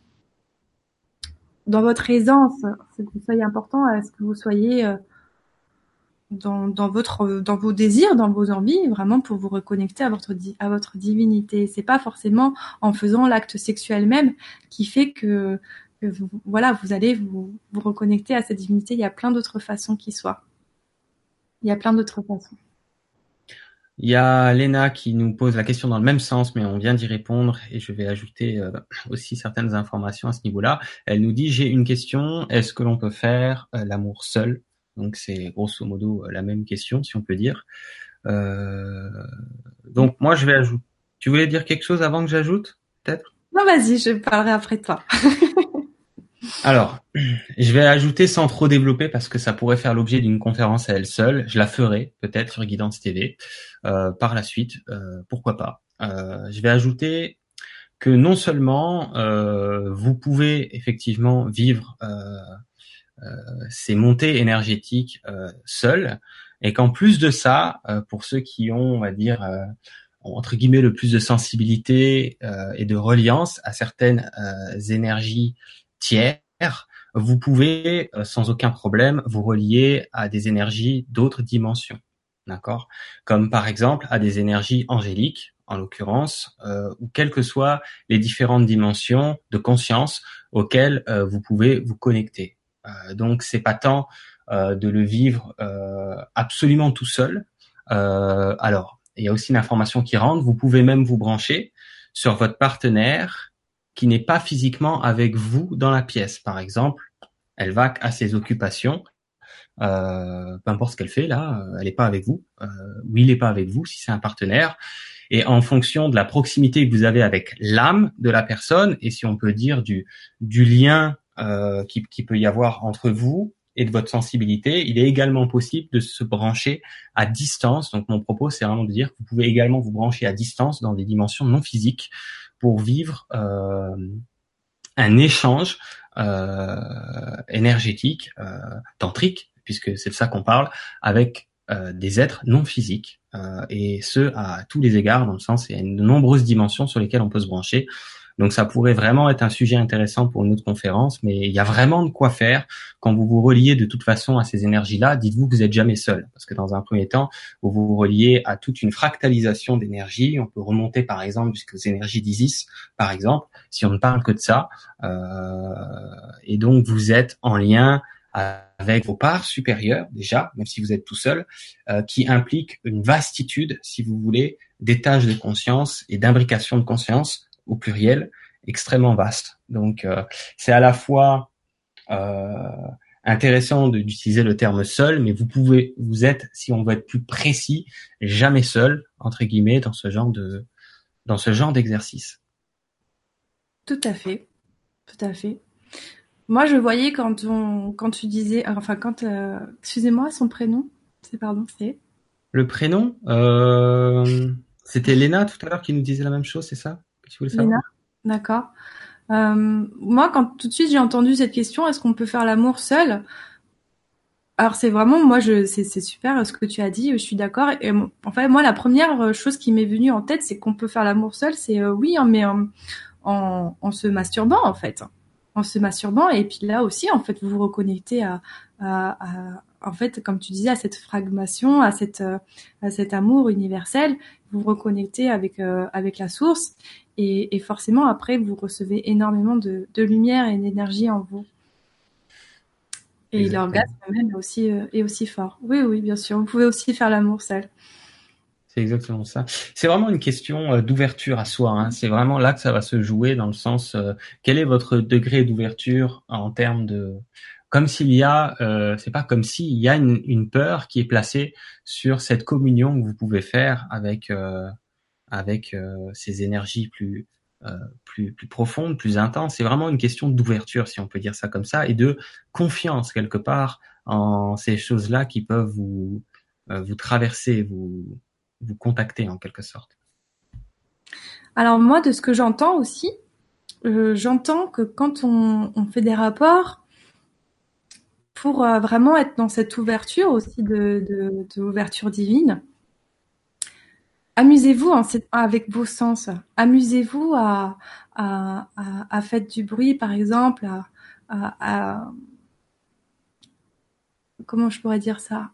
[SPEAKER 2] votre aisance. C'est que vous soyez important à ce que vous soyez dans vos désirs, dans vos envies, vraiment pour vous reconnecter à votre divinité. C'est pas forcément en faisant l'acte sexuel même qui fait que que vous allez vous reconnecter à cette divinité. Il y a plein d'autres façons qui soient. Il y a plein d'autres façons.
[SPEAKER 1] Il y a Léna qui nous pose la question dans le même sens, mais on vient d'y répondre et je vais ajouter aussi certaines informations à ce niveau-là. Elle nous dit, j'ai une question, est-ce que l'on peut faire l'amour seul? Donc c'est grosso modo la même question, si on peut dire. Donc moi je vais ajouter. Tu voulais dire quelque chose avant que j'ajoute, peut-être?
[SPEAKER 2] Non, vas-y, je parlerai après toi.
[SPEAKER 1] Alors, je vais ajouter sans trop développer parce que ça pourrait faire l'objet d'une conférence à elle seule. Je la ferai peut-être sur Guidance TV par la suite, pourquoi pas. Je vais ajouter que non seulement vous pouvez effectivement vivre ces montées énergétiques seuls, et qu'en plus de ça, pour ceux qui ont, on va dire, entre guillemets, le plus de sensibilité et de reliance à certaines énergies tiers, vous pouvez sans aucun problème vous relier à des énergies d'autres dimensions, d'accord? Comme par exemple à des énergies angéliques, en l'occurrence, ou quelles que soient les différentes dimensions de conscience auxquelles vous pouvez vous connecter. Donc c'est pas tant de le vivre absolument tout seul. Alors, il y a aussi une information qui rentre. Vous pouvez même vous brancher sur votre partenaire qui n'est pas physiquement avec vous dans la pièce. Par exemple, elle va à ses occupations, peu importe ce qu'elle fait là, elle n'est pas avec vous, ou il n'est pas avec vous si c'est un partenaire. Et en fonction de la proximité que vous avez avec l'âme de la personne, et si on peut dire du lien qui peut y avoir entre vous et de votre sensibilité, il est également possible de se brancher à distance. Donc mon propos, c'est vraiment de dire que vous pouvez également vous brancher à distance dans des dimensions non physiques pour vivre un échange énergétique, tantrique, puisque c'est de ça qu'on parle, avec des êtres non physiques, et ce à tous les égards, dans le sens il y a de nombreuses dimensions sur lesquelles on peut se brancher. Donc ça pourrait vraiment être un sujet intéressant pour une autre conférence, mais il y a vraiment de quoi faire. Quand vous vous reliez de toute façon à ces énergies-là, dites-vous que vous n'êtes jamais seul, parce que dans un premier temps, vous vous reliez à toute une fractalisation d'énergie. On peut remonter par exemple jusqu'aux énergies d'Isis, par exemple, si on ne parle que de ça. Et donc vous êtes en lien avec vos parts supérieures déjà, même si vous êtes tout seul, qui implique une vastitude, si vous voulez, d'étages de conscience et d'imbrication de conscience au pluriel, extrêmement vaste. Donc c'est à la fois intéressant d'utiliser le terme seul, mais vous êtes, si on veut être plus précis, jamais seul entre guillemets dans ce genre d'exercice.
[SPEAKER 2] Tout à fait, tout à fait. Moi, je voyais quand tu disais, enfin excusez-moi, son prénom, c'est
[SPEAKER 1] Le prénom, c'était Léna tout à l'heure qui nous disait la même chose, c'est ça que tu voulais savoir?
[SPEAKER 2] Léna, d'accord. Moi, quand tout de suite j'ai entendu cette question, est-ce qu'on peut faire l'amour seul? Alors c'est vraiment, c'est super ce que tu as dit, je suis d'accord. Et en fait, moi, la première chose qui m'est venue en tête, c'est qu'on peut faire l'amour seul. C'est oui, hein, mais en se masturbant en fait, en se masturbant. Et puis là aussi, en fait, vous vous reconnectez en fait, comme tu disais, à cette fragmentation, à cet amour universel. Vous vous reconnectez avec la source, et forcément après, vous recevez énormément de lumière et d'énergie en vous. Et
[SPEAKER 1] Exactement.
[SPEAKER 2] l'orgasme même est aussi fort. Oui, oui, bien sûr. Vous pouvez aussi faire l'amour seul.
[SPEAKER 1] C'est exactement ça. C'est vraiment une question d'ouverture à soi, hein. C'est vraiment là que ça va se jouer dans le sens quel est votre degré d'ouverture en termes de comme s'il y a c'est pas comme s'il y a une peur qui est placée sur cette communion que vous pouvez faire avec ces énergies plus profondes, plus intenses. C'est vraiment une question d'ouverture, si on peut dire ça comme ça, et de confiance quelque part en ces choses-là qui peuvent vous traverser, vous contacter en quelque sorte.
[SPEAKER 2] Alors moi, de ce que j'entends aussi, j'entends que quand on fait des rapports, pour vraiment être dans cette ouverture aussi de ouverture divine, amusez-vous avec vos sens. Amusez-vous à faire du bruit, par exemple, comment je pourrais dire ça,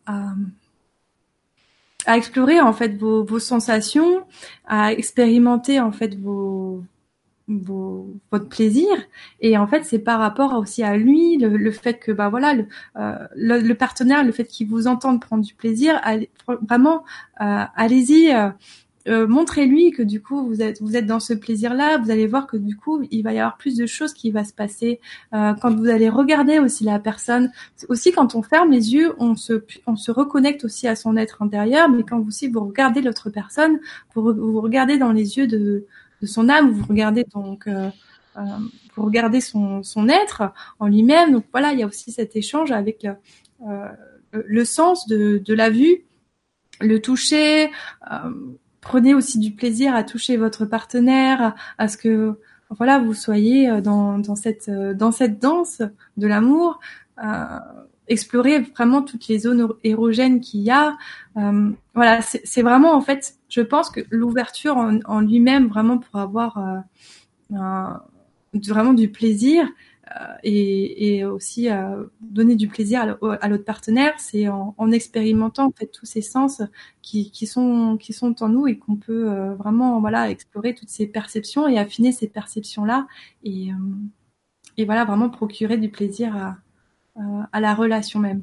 [SPEAKER 2] à explorer en fait vos sensations, à expérimenter en fait votre plaisir. Et en fait, c'est par rapport aussi à lui, le fait que voilà, le partenaire, le fait qu'il vous entende prendre du plaisir, vraiment, allez-y. Montrez-lui que du coup vous êtes dans ce plaisir-là. Vous allez voir que du coup il va y avoir plus de choses qui va se passer quand vous allez regarder aussi la personne. Aussi quand on ferme les yeux, on se reconnecte aussi à son être intérieur. Mais quand aussi vous regardez l'autre personne, vous regardez dans les yeux de son âme, vous regardez donc vous regardez son être en lui-même. Donc voilà, il y a aussi cet échange avec le sens de la vue, le toucher. Prenez aussi du plaisir à toucher votre partenaire, à ce que voilà vous soyez dans cette danse de l'amour. Explorez vraiment toutes les zones érogènes qu'il y a. Voilà, c'est vraiment en fait, je pense que l'ouverture en lui-même vraiment pour avoir vraiment du plaisir et aussi donner du plaisir à l'autre partenaire, c'est en expérimentant en fait tous ces sens qui sont en nous et qu'on peut vraiment voilà explorer toutes ces perceptions et affiner ces perceptions là et voilà vraiment procurer du plaisir à la relation même.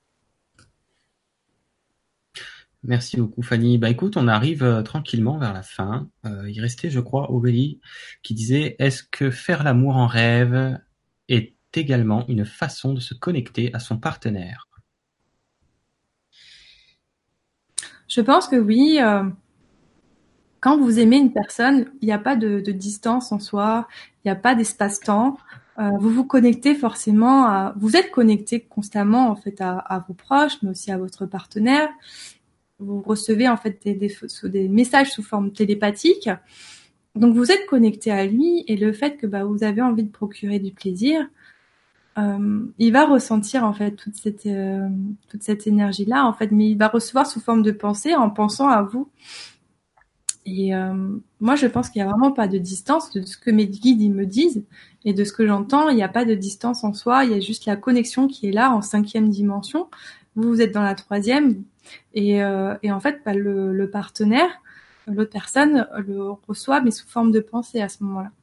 [SPEAKER 1] Merci beaucoup, Fanny. Bah écoute, on arrive tranquillement vers la fin. Il restait, je crois, Aurélie qui disait: est-ce que faire l'amour en rêve est également une façon de se connecter à son partenaire?
[SPEAKER 2] Je pense que oui. Quand vous aimez une personne, il n'y a pas de distance en soi, il n'y a pas d'espace-temps. Vous vous connectez forcément vous êtes connecté constamment en fait à vos proches, mais aussi à votre partenaire. Vous recevez en fait des messages sous forme télépathique. Donc vous êtes connecté à lui et le fait que vous avez envie de procurer du plaisir, il va ressentir en fait toute cette énergie-là en fait, mais il va recevoir sous forme de pensée en pensant à vous. Et moi, je pense qu'il n'y a vraiment pas de distance de ce que mes guides ils me disent et de ce que j'entends. Il n'y a pas de distance en soi. Il y a juste la connexion qui est là en 5e dimension. Vous êtes dans la 3e. Et en fait, le partenaire, l'autre personne, le reçoit, mais sous forme de pensée à ce moment-là.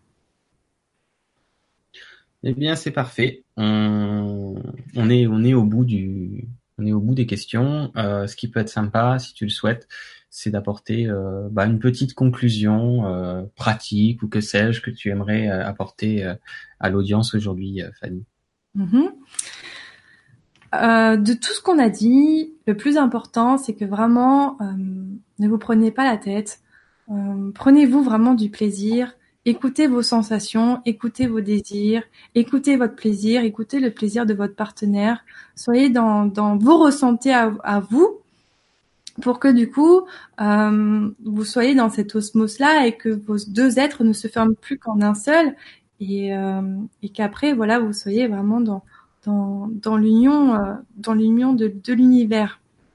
[SPEAKER 1] Eh bien, c'est parfait. On est au bout on est au bout des questions. Ce qui peut être sympa, si tu le souhaites, c'est d'apporter une petite conclusion pratique ou que sais-je que tu aimerais apporter à l'audience aujourd'hui, Fanny.
[SPEAKER 2] Mm-hmm. De tout ce qu'on a dit, le plus important, c'est que vraiment, ne vous prenez pas la tête. Prenez-vous vraiment du plaisir. Écoutez vos sensations, écoutez vos désirs, écoutez votre plaisir, écoutez le plaisir de votre partenaire. Soyez dans vos ressentis à vous pour que du coup, vous soyez dans cette osmose-là et que vos deux êtres ne se ferment plus qu'en un seul et qu'après, voilà, vous soyez vraiment dans l'union de l'univers.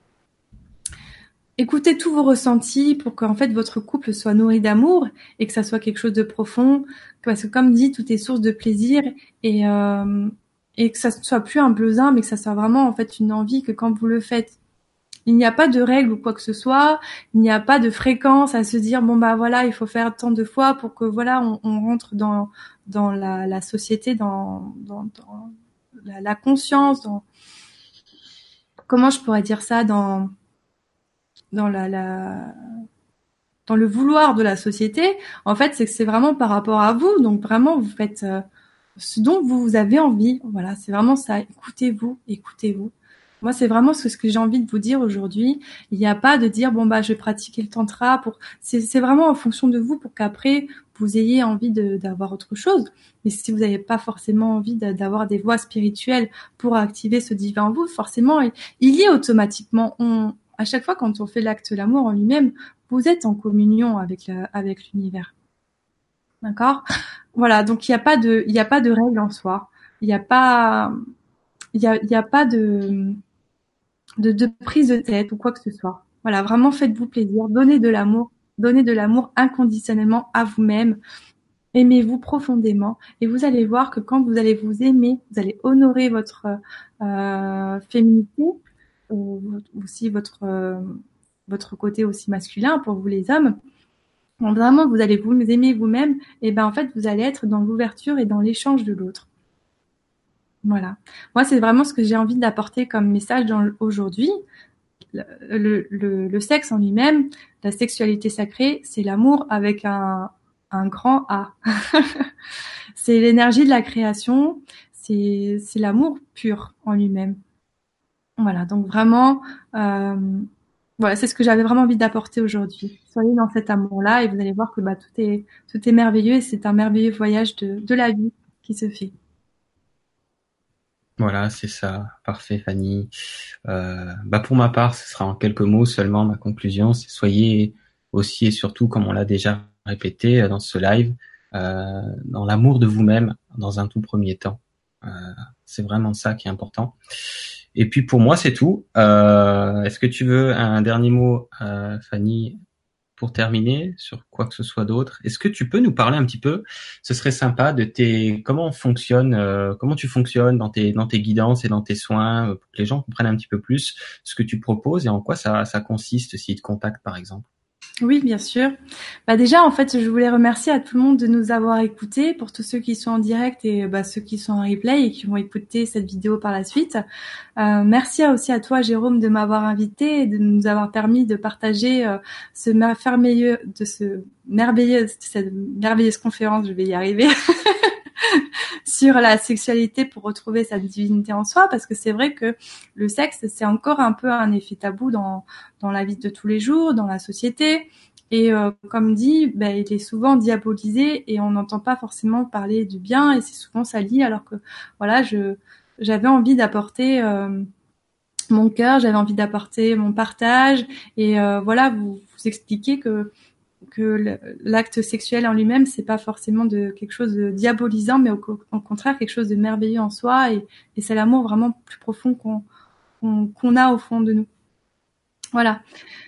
[SPEAKER 2] Écoutez tous vos ressentis pour qu'en fait votre couple soit nourri d'amour et que ça soit quelque chose de profond, parce que comme dit, tout est source de plaisir et que ça ne soit plus un besoin, mais que ça soit vraiment en fait une envie que quand vous le faites, il n'y a pas de règles ou quoi que ce soit, il n'y a pas de fréquence à se dire bon voilà, il faut faire tant de fois pour que voilà on rentre dans la société, dans la conscience, dans comment je pourrais dire ça, dans dans le vouloir de la société. En fait, c'est que c'est vraiment par rapport à vous. Donc vraiment, vous faites ce dont vous avez envie. Voilà, c'est vraiment ça. Écoutez-vous, écoutez-vous. Moi, c'est vraiment ce que j'ai envie de vous dire aujourd'hui. Il n'y a pas de dire je vais pratiquer le tantra pour. C'est vraiment en fonction de vous pour qu'après vous ayez envie d'avoir autre chose. Mais si vous n'avez pas forcément envie d'avoir des voies spirituelles pour activer ce divin en vous, forcément, il y est automatiquement. À chaque fois quand on fait l'acte de l'amour en lui-même, vous êtes en communion avec l'univers. D'accord? Voilà, donc il y a pas de règle en soi. Il y a pas il y a pas de prise de tête ou quoi que ce soit. Voilà, vraiment faites-vous plaisir, donnez de l'amour inconditionnellement à vous-même. Aimez-vous profondément et vous allez voir que quand vous allez vous aimer, vous allez honorer votre féminité, aussi votre côté aussi masculin pour vous les hommes. Quand vraiment vous allez vous aimer vous-même, et ben en fait vous allez être dans l'ouverture et dans l'échange de l'autre. Voilà. Moi, c'est vraiment ce que j'ai envie d'apporter comme message aujourd'hui. Le sexe en lui-même, la sexualité sacrée, c'est l'amour avec un grand A. C'est l'énergie de la création, c'est l'amour pur en lui-même. Voilà, donc vraiment, euh, voilà, c'est ce que j'avais vraiment envie d'apporter aujourd'hui. Soyez dans cet amour-là et vous allez voir que bah, tout est merveilleux et c'est un merveilleux voyage de la vie qui se fait.
[SPEAKER 1] Voilà, c'est ça. Parfait, Fanny. Bah pour ma part, ce sera en quelques mots seulement ma conclusion. C'est soyez aussi et surtout, comme on l'a déjà répété dans ce live, dans l'amour de vous-même dans un tout premier temps. Euh, c'est vraiment ça qui est important. Et puis pour moi, c'est tout. Est-ce que tu veux un dernier mot, Fanny, pour terminer sur quoi que ce soit d'autre? Est-ce que tu peux nous parler un petit peu, ce serait sympa, de comment tu fonctionnes dans tes guidances et dans tes soins, pour que les gens comprennent un petit peu plus ce que tu proposes et en quoi ça consiste s'ils te contactent, par exemple.
[SPEAKER 2] Oui, bien sûr. Bah déjà, en fait, je voulais remercier à tout le monde de nous avoir écoutés, pour tous ceux qui sont en direct et bah, ceux qui sont en replay et qui vont écouter cette vidéo par la suite. Merci aussi à toi, Jérôme, de m'avoir invité et de nous avoir permis de partager cette merveilleuse conférence. Je vais y arriver. Sur la sexualité pour retrouver sa divinité en soi, parce que c'est vrai que le sexe, c'est encore un peu un effet tabou dans la vie de tous les jours, dans la société. Et comme dit, ben, il est souvent diabolisé et on n'entend pas forcément parler du bien et c'est souvent sali, alors que voilà, j'avais envie d'apporter mon cœur, j'avais envie d'apporter mon partage et voilà, vous expliquer que l'acte sexuel en lui-même, c'est pas forcément de quelque chose de diabolisant, mais au contraire quelque chose de merveilleux en soi, et c'est l'amour vraiment plus profond qu'on a au fond de nous. Voilà.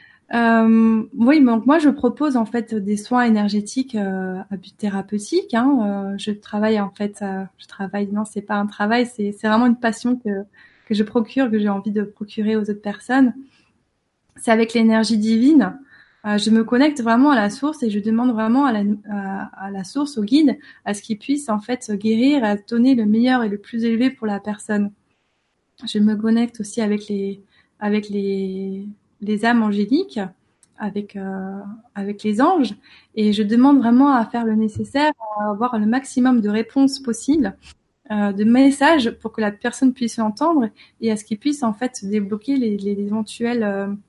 [SPEAKER 2] Oui, donc moi je propose en fait des soins énergétiques à but thérapeutique. Je travaille en fait, non, c'est pas un travail, c'est vraiment une passion que je procure, que j'ai envie de procurer aux autres personnes. C'est avec l'énergie divine. Je me connecte vraiment à la source et je demande vraiment à la source, au guide, à ce qu'il puisse en fait guérir, à donner le meilleur et le plus élevé pour la personne. Je me connecte aussi avec les âmes angéliques, avec avec les anges, et je demande vraiment à faire le nécessaire, à avoir le maximum de réponses possibles, de messages pour que la personne puisse l'entendre et à ce qu'il puisse en fait débloquer les éventuels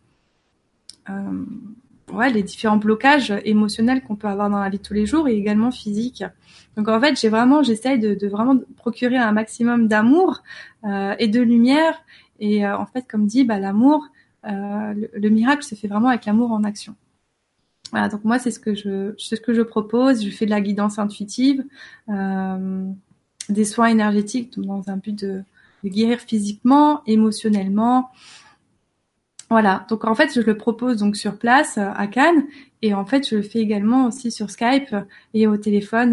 [SPEAKER 2] euh, ouais, les différents blocages émotionnels qu'on peut avoir dans la vie de tous les jours et également physiques. Donc en fait, j'essaye de vraiment procurer un maximum d'amour et de lumière. Et en fait, comme dit, bah, l'amour, le miracle se fait vraiment avec l'amour en action. Voilà, donc moi, c'est ce que je propose. Je fais de la guidance intuitive, des soins énergétiques dans un but de guérir physiquement, émotionnellement. Voilà, donc en fait, je le propose donc sur place à Cannes et en fait, je le fais également aussi sur Skype et au téléphone.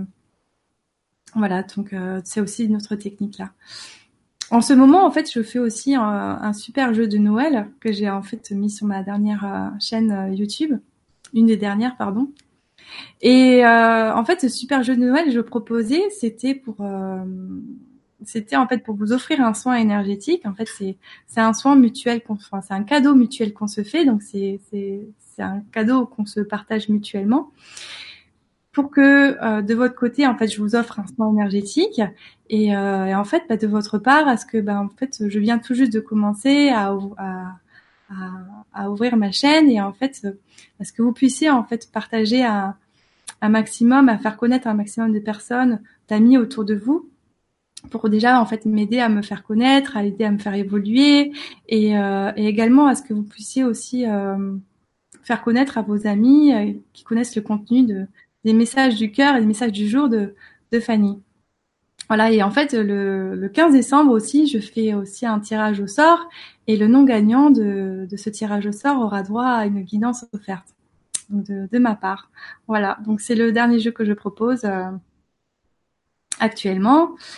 [SPEAKER 2] Voilà, donc c'est aussi une autre technique là. En ce moment, en fait, je fais aussi un super jeu de Noël que j'ai en fait mis sur ma dernière chaîne YouTube, une des dernières, pardon. Et en fait, ce super jeu de Noël, je proposais, c'était en fait pour vous offrir un soin énergétique. En fait, c'est un soin mutuel, enfin, c'est un cadeau mutuel qu'on se fait, donc c'est un cadeau qu'on se partage mutuellement. Pour que de votre côté, en fait, je vous offre un soin énergétique, et en fait, bah, de votre part, à ce que, bah, en fait, je viens tout juste de commencer à, à ouvrir ma chaîne, et en fait, à ce que vous puissiez en fait partager un maximum, à faire connaître un maximum de personnes, d'amis autour de vous, pour déjà en fait m'aider à me faire connaître, à aider à me faire évoluer, et également à ce que vous puissiez aussi faire connaître à vos amis qui connaissent le contenu des messages du cœur et des messages du jour de Fanny. Voilà, et en fait le 15 décembre aussi, je fais aussi un tirage au sort, et le non gagnant de ce tirage au sort aura droit à une guidance offerte, donc de ma part. Voilà, donc c'est le dernier jeu que je propose actuellement.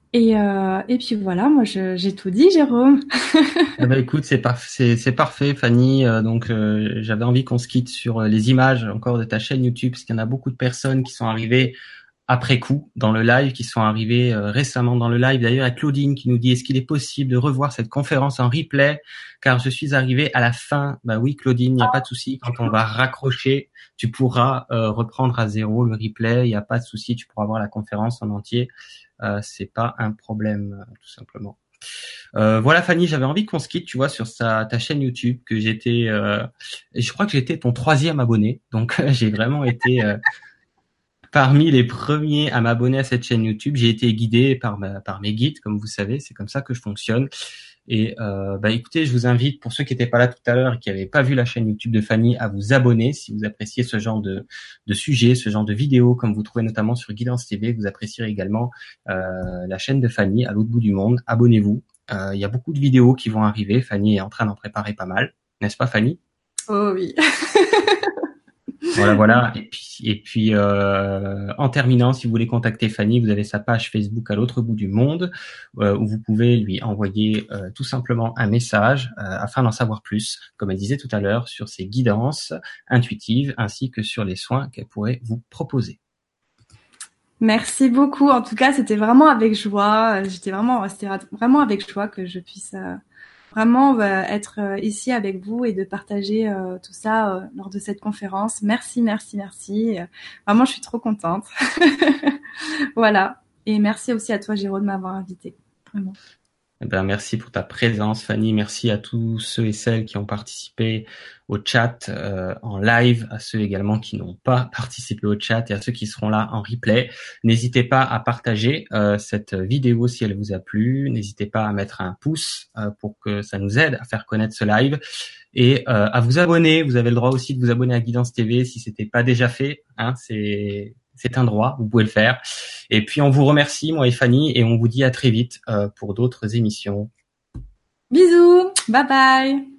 [SPEAKER 2] Et puis voilà, moi j'ai tout dit, Jérôme.
[SPEAKER 1] Ah bah écoute, c'est parfait, Fanny. Donc j'avais envie qu'on se quitte sur les images encore de ta chaîne YouTube, parce qu'il y en a beaucoup de personnes qui sont arrivées après coup dans le live, qui sont arrivées récemment dans le live. D'ailleurs, il y a Claudine qui nous dit: est-ce qu'il est possible de revoir cette conférence en replay, car je suis arrivée à la fin. Bah oui, Claudine, il n'y a pas de souci. Quand on va raccrocher, tu pourras reprendre à zéro le replay. Il n'y a pas de souci, tu pourras voir la conférence en entier. C'est pas un problème, tout simplement. Voilà, Fanny, j'avais envie qu'on se quitte, tu vois, sur ta chaîne YouTube, que j'étais, je crois que j'étais ton 3e abonné, donc j'ai vraiment été parmi les premiers à m'abonner à cette chaîne YouTube. J'ai été guidé par mes guides, comme vous savez, c'est comme ça que je fonctionne. Et bah écoutez, je vous invite, pour ceux qui n'étaient pas là tout à l'heure et qui n'avaient pas vu la chaîne YouTube de Fanny, à vous abonner si vous appréciez ce genre de sujet, ce genre de vidéos, comme vous trouvez notamment sur Guidance TV. Vous apprécierez également la chaîne de Fanny à l'autre bout du monde. Abonnez-vous. Il y a beaucoup de vidéos qui vont arriver. Fanny est en train d'en préparer pas mal, n'est-ce pas, Fanny?
[SPEAKER 2] Oh oui.
[SPEAKER 1] Voilà, voilà. Et puis, en terminant, si vous voulez contacter Fanny, vous avez sa page Facebook à l'autre bout du monde, où vous pouvez lui envoyer tout simplement un message afin d'en savoir plus, comme elle disait tout à l'heure, sur ses guidances intuitives ainsi que sur les soins qu'elle pourrait vous proposer.
[SPEAKER 2] Merci beaucoup. En tout cas, c'était vraiment avec joie. C'était vraiment avec joie que je puisse vraiment être ici avec vous et de partager tout ça lors de cette conférence. Merci, merci, merci. Vraiment, je suis trop contente. Voilà. Et merci aussi à toi, Jérôme, de m'avoir invité. Vraiment.
[SPEAKER 1] Eh ben, merci pour ta présence, Fanny. Merci à tous ceux et celles qui ont participé au chat en live, à ceux également qui n'ont pas participé au chat et à ceux qui seront là en replay. N'hésitez pas à partager cette vidéo si elle vous a plu. N'hésitez pas à mettre un pouce pour que ça nous aide à faire connaître ce live et à vous abonner. Vous avez le droit aussi de vous abonner à Guidance TV si c'était pas déjà fait. Hein, c'est un droit, vous pouvez le faire. Et puis on vous remercie, moi et Fanny, et on vous dit à très vite pour d'autres émissions.
[SPEAKER 2] Bisous. Bye bye.